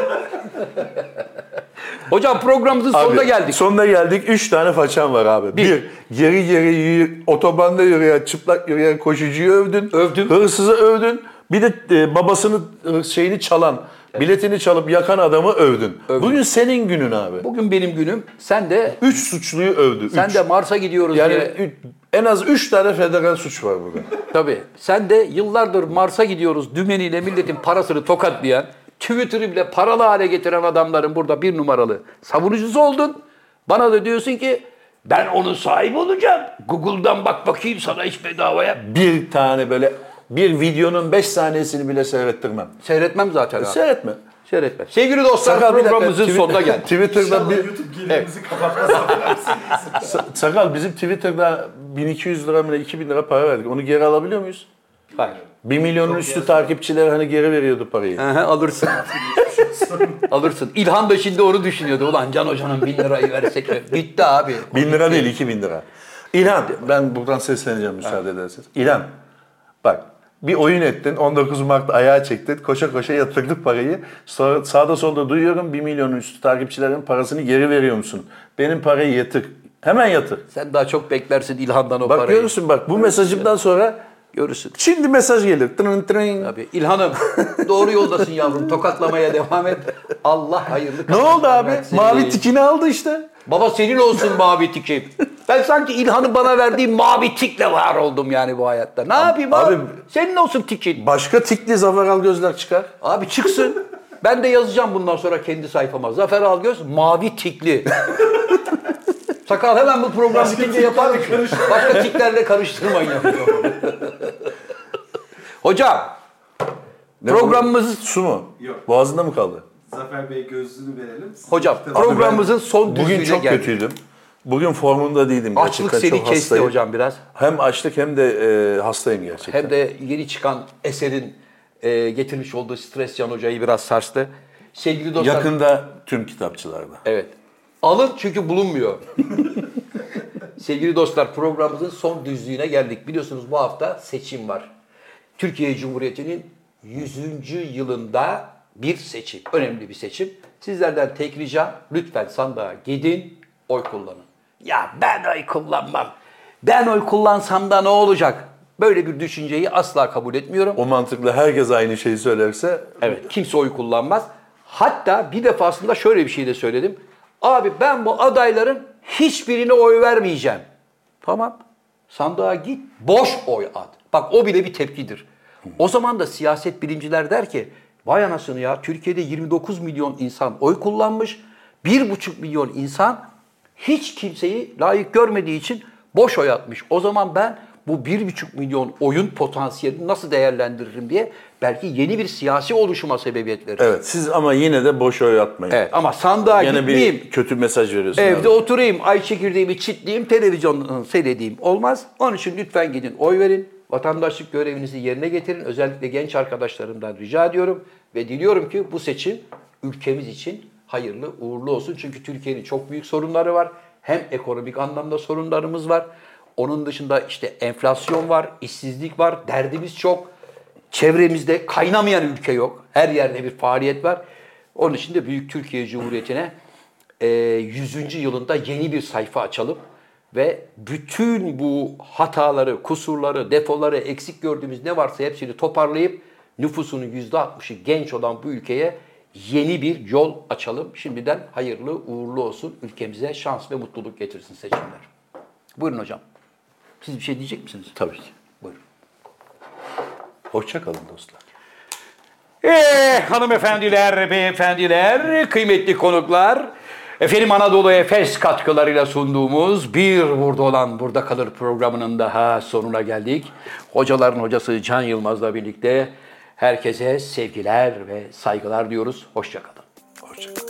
Hocam programımızın sonuna geldik. Sonuna geldik. 3 tane façan var abi. Bir, geri otobanda yürüyen, çıplak yürüyen koşucuyu övdün. Övdüm. Hırsızı övdün. Bir de babasını şeyini çalan, biletini çalıp yakan adamı övdün. Bugün senin günün abi. Bugün benim günüm. Sen de 3 suçluyu övdü. sen Üç. de Mars'a gidiyoruz Yani diye. en az 3 tane federal suç var burada. Tabii. Sen de yıllardır Mars'a gidiyoruz dümeniyle milletin parasını tokatlayan, Twitter'ı bile paralı hale getiren adamların burada bir numaralı savunucusu oldun. Bana da diyorsun ki ben onun sahibi olacağım. Google'dan bak bakayım sana hiç bedavaya. Bir tane böyle bir videonun 5 saniyesini bile seyrettirmem. Seyretmem zaten abi. Seyretme. Seyretmem. Sevgili dostlar Sakal, bir dakika. programımızın sonuna geldik. Twitter'da İnşallah bir... YouTube gelirimizi kapatmaz. Sakal, bizim Twitter'da 1200 lira mı 2000 lira para verdik. Onu geri alabiliyor muyuz? Hayır. 1 milyonun üstü takipçiler hani geri veriyordu parayı. Aha, alırsın. Alırsın. İlhan da şimdi onu düşünüyordu. Ulan Can Hoca'nın 1000 lirayı versek mi? Gitti abi. 1000 lira değil, 2000 lira. İlhan, ben buradan sesleneceğim müsaade ederseniz. İlhan, bak bir oyun ettin, 19 Mart'ta ayağa çektin, koşa koşa yatırdık parayı. Sonra sağda solda duyuyorum 1 milyonun üstü takipçilerin parasını geri veriyor musun? Benim parayı yatır. Hemen yatır. Sen daha çok beklersin İlhan'dan o Bak parayı. görürsün bak, bu mesajımdan sonra Görürsün. Şimdi mesaj gelir. Tırın tırın. Tabii. İlhan'ım doğru yoldasın yavrum. Tokatlamaya devam et. Allah hayırlı Ne oldu kazançlar abi? versin. Mavi tikini aldı işte. Baba senin olsun mavi tikim. Ben sanki İlhan'ın bana verdiği mavi tikle var oldum yani bu hayatta. Ne yapayım abi? abi- Senin olsun tikin. Başka tikli Zafer Algözler çıkar. Abi çıksın. Ben de yazacağım bundan sonra kendi sayfama. Zafer Algöz mavi tikli. Sakal hemen bu program bitince yapar mısın? Başka tiklerle karıştırmayın yapacağım. Hocam Ne programımızı bu? Su mu? Yok. Boğazında mı kaldı? Zafer Bey gözlüğünü verelim. Siz hocam işte- programımızın son Bugün düzlüğüne çok geldik. kötüydüm. Bugün formunda değildim. Açlık Gerçekten seni çok kesti hastayım. hocam biraz. Hem açlık hem de hastayım gerçekten. Hem de yeni çıkan eserin getirmiş olduğu stres Can Hoca'yı biraz sarstı. Sevgili dostlar. Yakında tüm kitapçılarda. Evet. Alın çünkü bulunmuyor. Sevgili dostlar programımızın son düzlüğüne geldik. Biliyorsunuz bu hafta seçim var. Türkiye Cumhuriyeti'nin 100. yılında bir seçim. Önemli bir seçim. Sizlerden tek ricam lütfen sandığa gidin, oy kullanın. Ya ben oy kullanmam. Ben oy kullansam da ne olacak? Böyle bir düşünceyi asla kabul etmiyorum. O mantıkla herkes aynı şeyi söylerse Evet, kimse oy kullanmaz. Hatta bir defasında şöyle bir şey de söyledim. Abi ben bu adayların hiçbirine oy vermeyeceğim. Tamam. Sandığa git, boş oy at. Bak o bile bir tepkidir. O zaman da siyaset bilimciler der ki, vay anasını ya Türkiye'de 29 milyon insan oy kullanmış. 1,5 milyon insan hiç kimseyi layık görmediği için boş oy atmış. O zaman ben bu 1,5 milyon oyun potansiyelini nasıl değerlendiririm diye belki yeni bir siyasi oluşuma sebebiyet verir. evet siz ama yine de boş oy atmayın. Evet ama sandığa Yine gitmeyeyim, bir kötü mesaj veriyorsun. evde abi. oturayım, ay çekirdeğimi çitleyeyim, televizyondan seyredeyim olmaz. Onun için lütfen gidin oy verin, vatandaşlık görevinizi yerine getirin. Özellikle genç arkadaşlarımdan rica ediyorum ve diliyorum ki bu seçim ülkemiz için hayırlı, uğurlu olsun. Çünkü Türkiye'nin çok büyük sorunları var. Hem ekonomik anlamda sorunlarımız var. Onun dışında işte enflasyon var, işsizlik var, derdimiz çok. Çevremizde kaynamayan ülke yok. Her yerde bir faaliyet var. Onun için de Büyük Türkiye Cumhuriyeti'ne 100. yılında yeni bir sayfa açalım. Ve bütün bu hataları, kusurları, defoları, eksik gördüğümüz ne varsa hepsini toparlayıp nüfusunun %60'ı genç olan bu ülkeye yeni bir yol açalım. Şimdiden hayırlı, uğurlu olsun. Ülkemize şans ve mutluluk getirsin seçimler. Buyurun hocam. Siz bir şey diyecek misiniz? Tabii ki. Buyurun. Hoşça kalın dostlar. Hanımefendiler, beyefendiler, kıymetli konuklar, efendim Anadolu Efes katkılarıyla sunduğumuz Bir Burada Olan Burada Kalır programının daha sonuna geldik. Hocaların hocası Can Yılmaz'la birlikte herkese sevgiler ve saygılar diyoruz. Hoşça kalın. Hoşça kalın.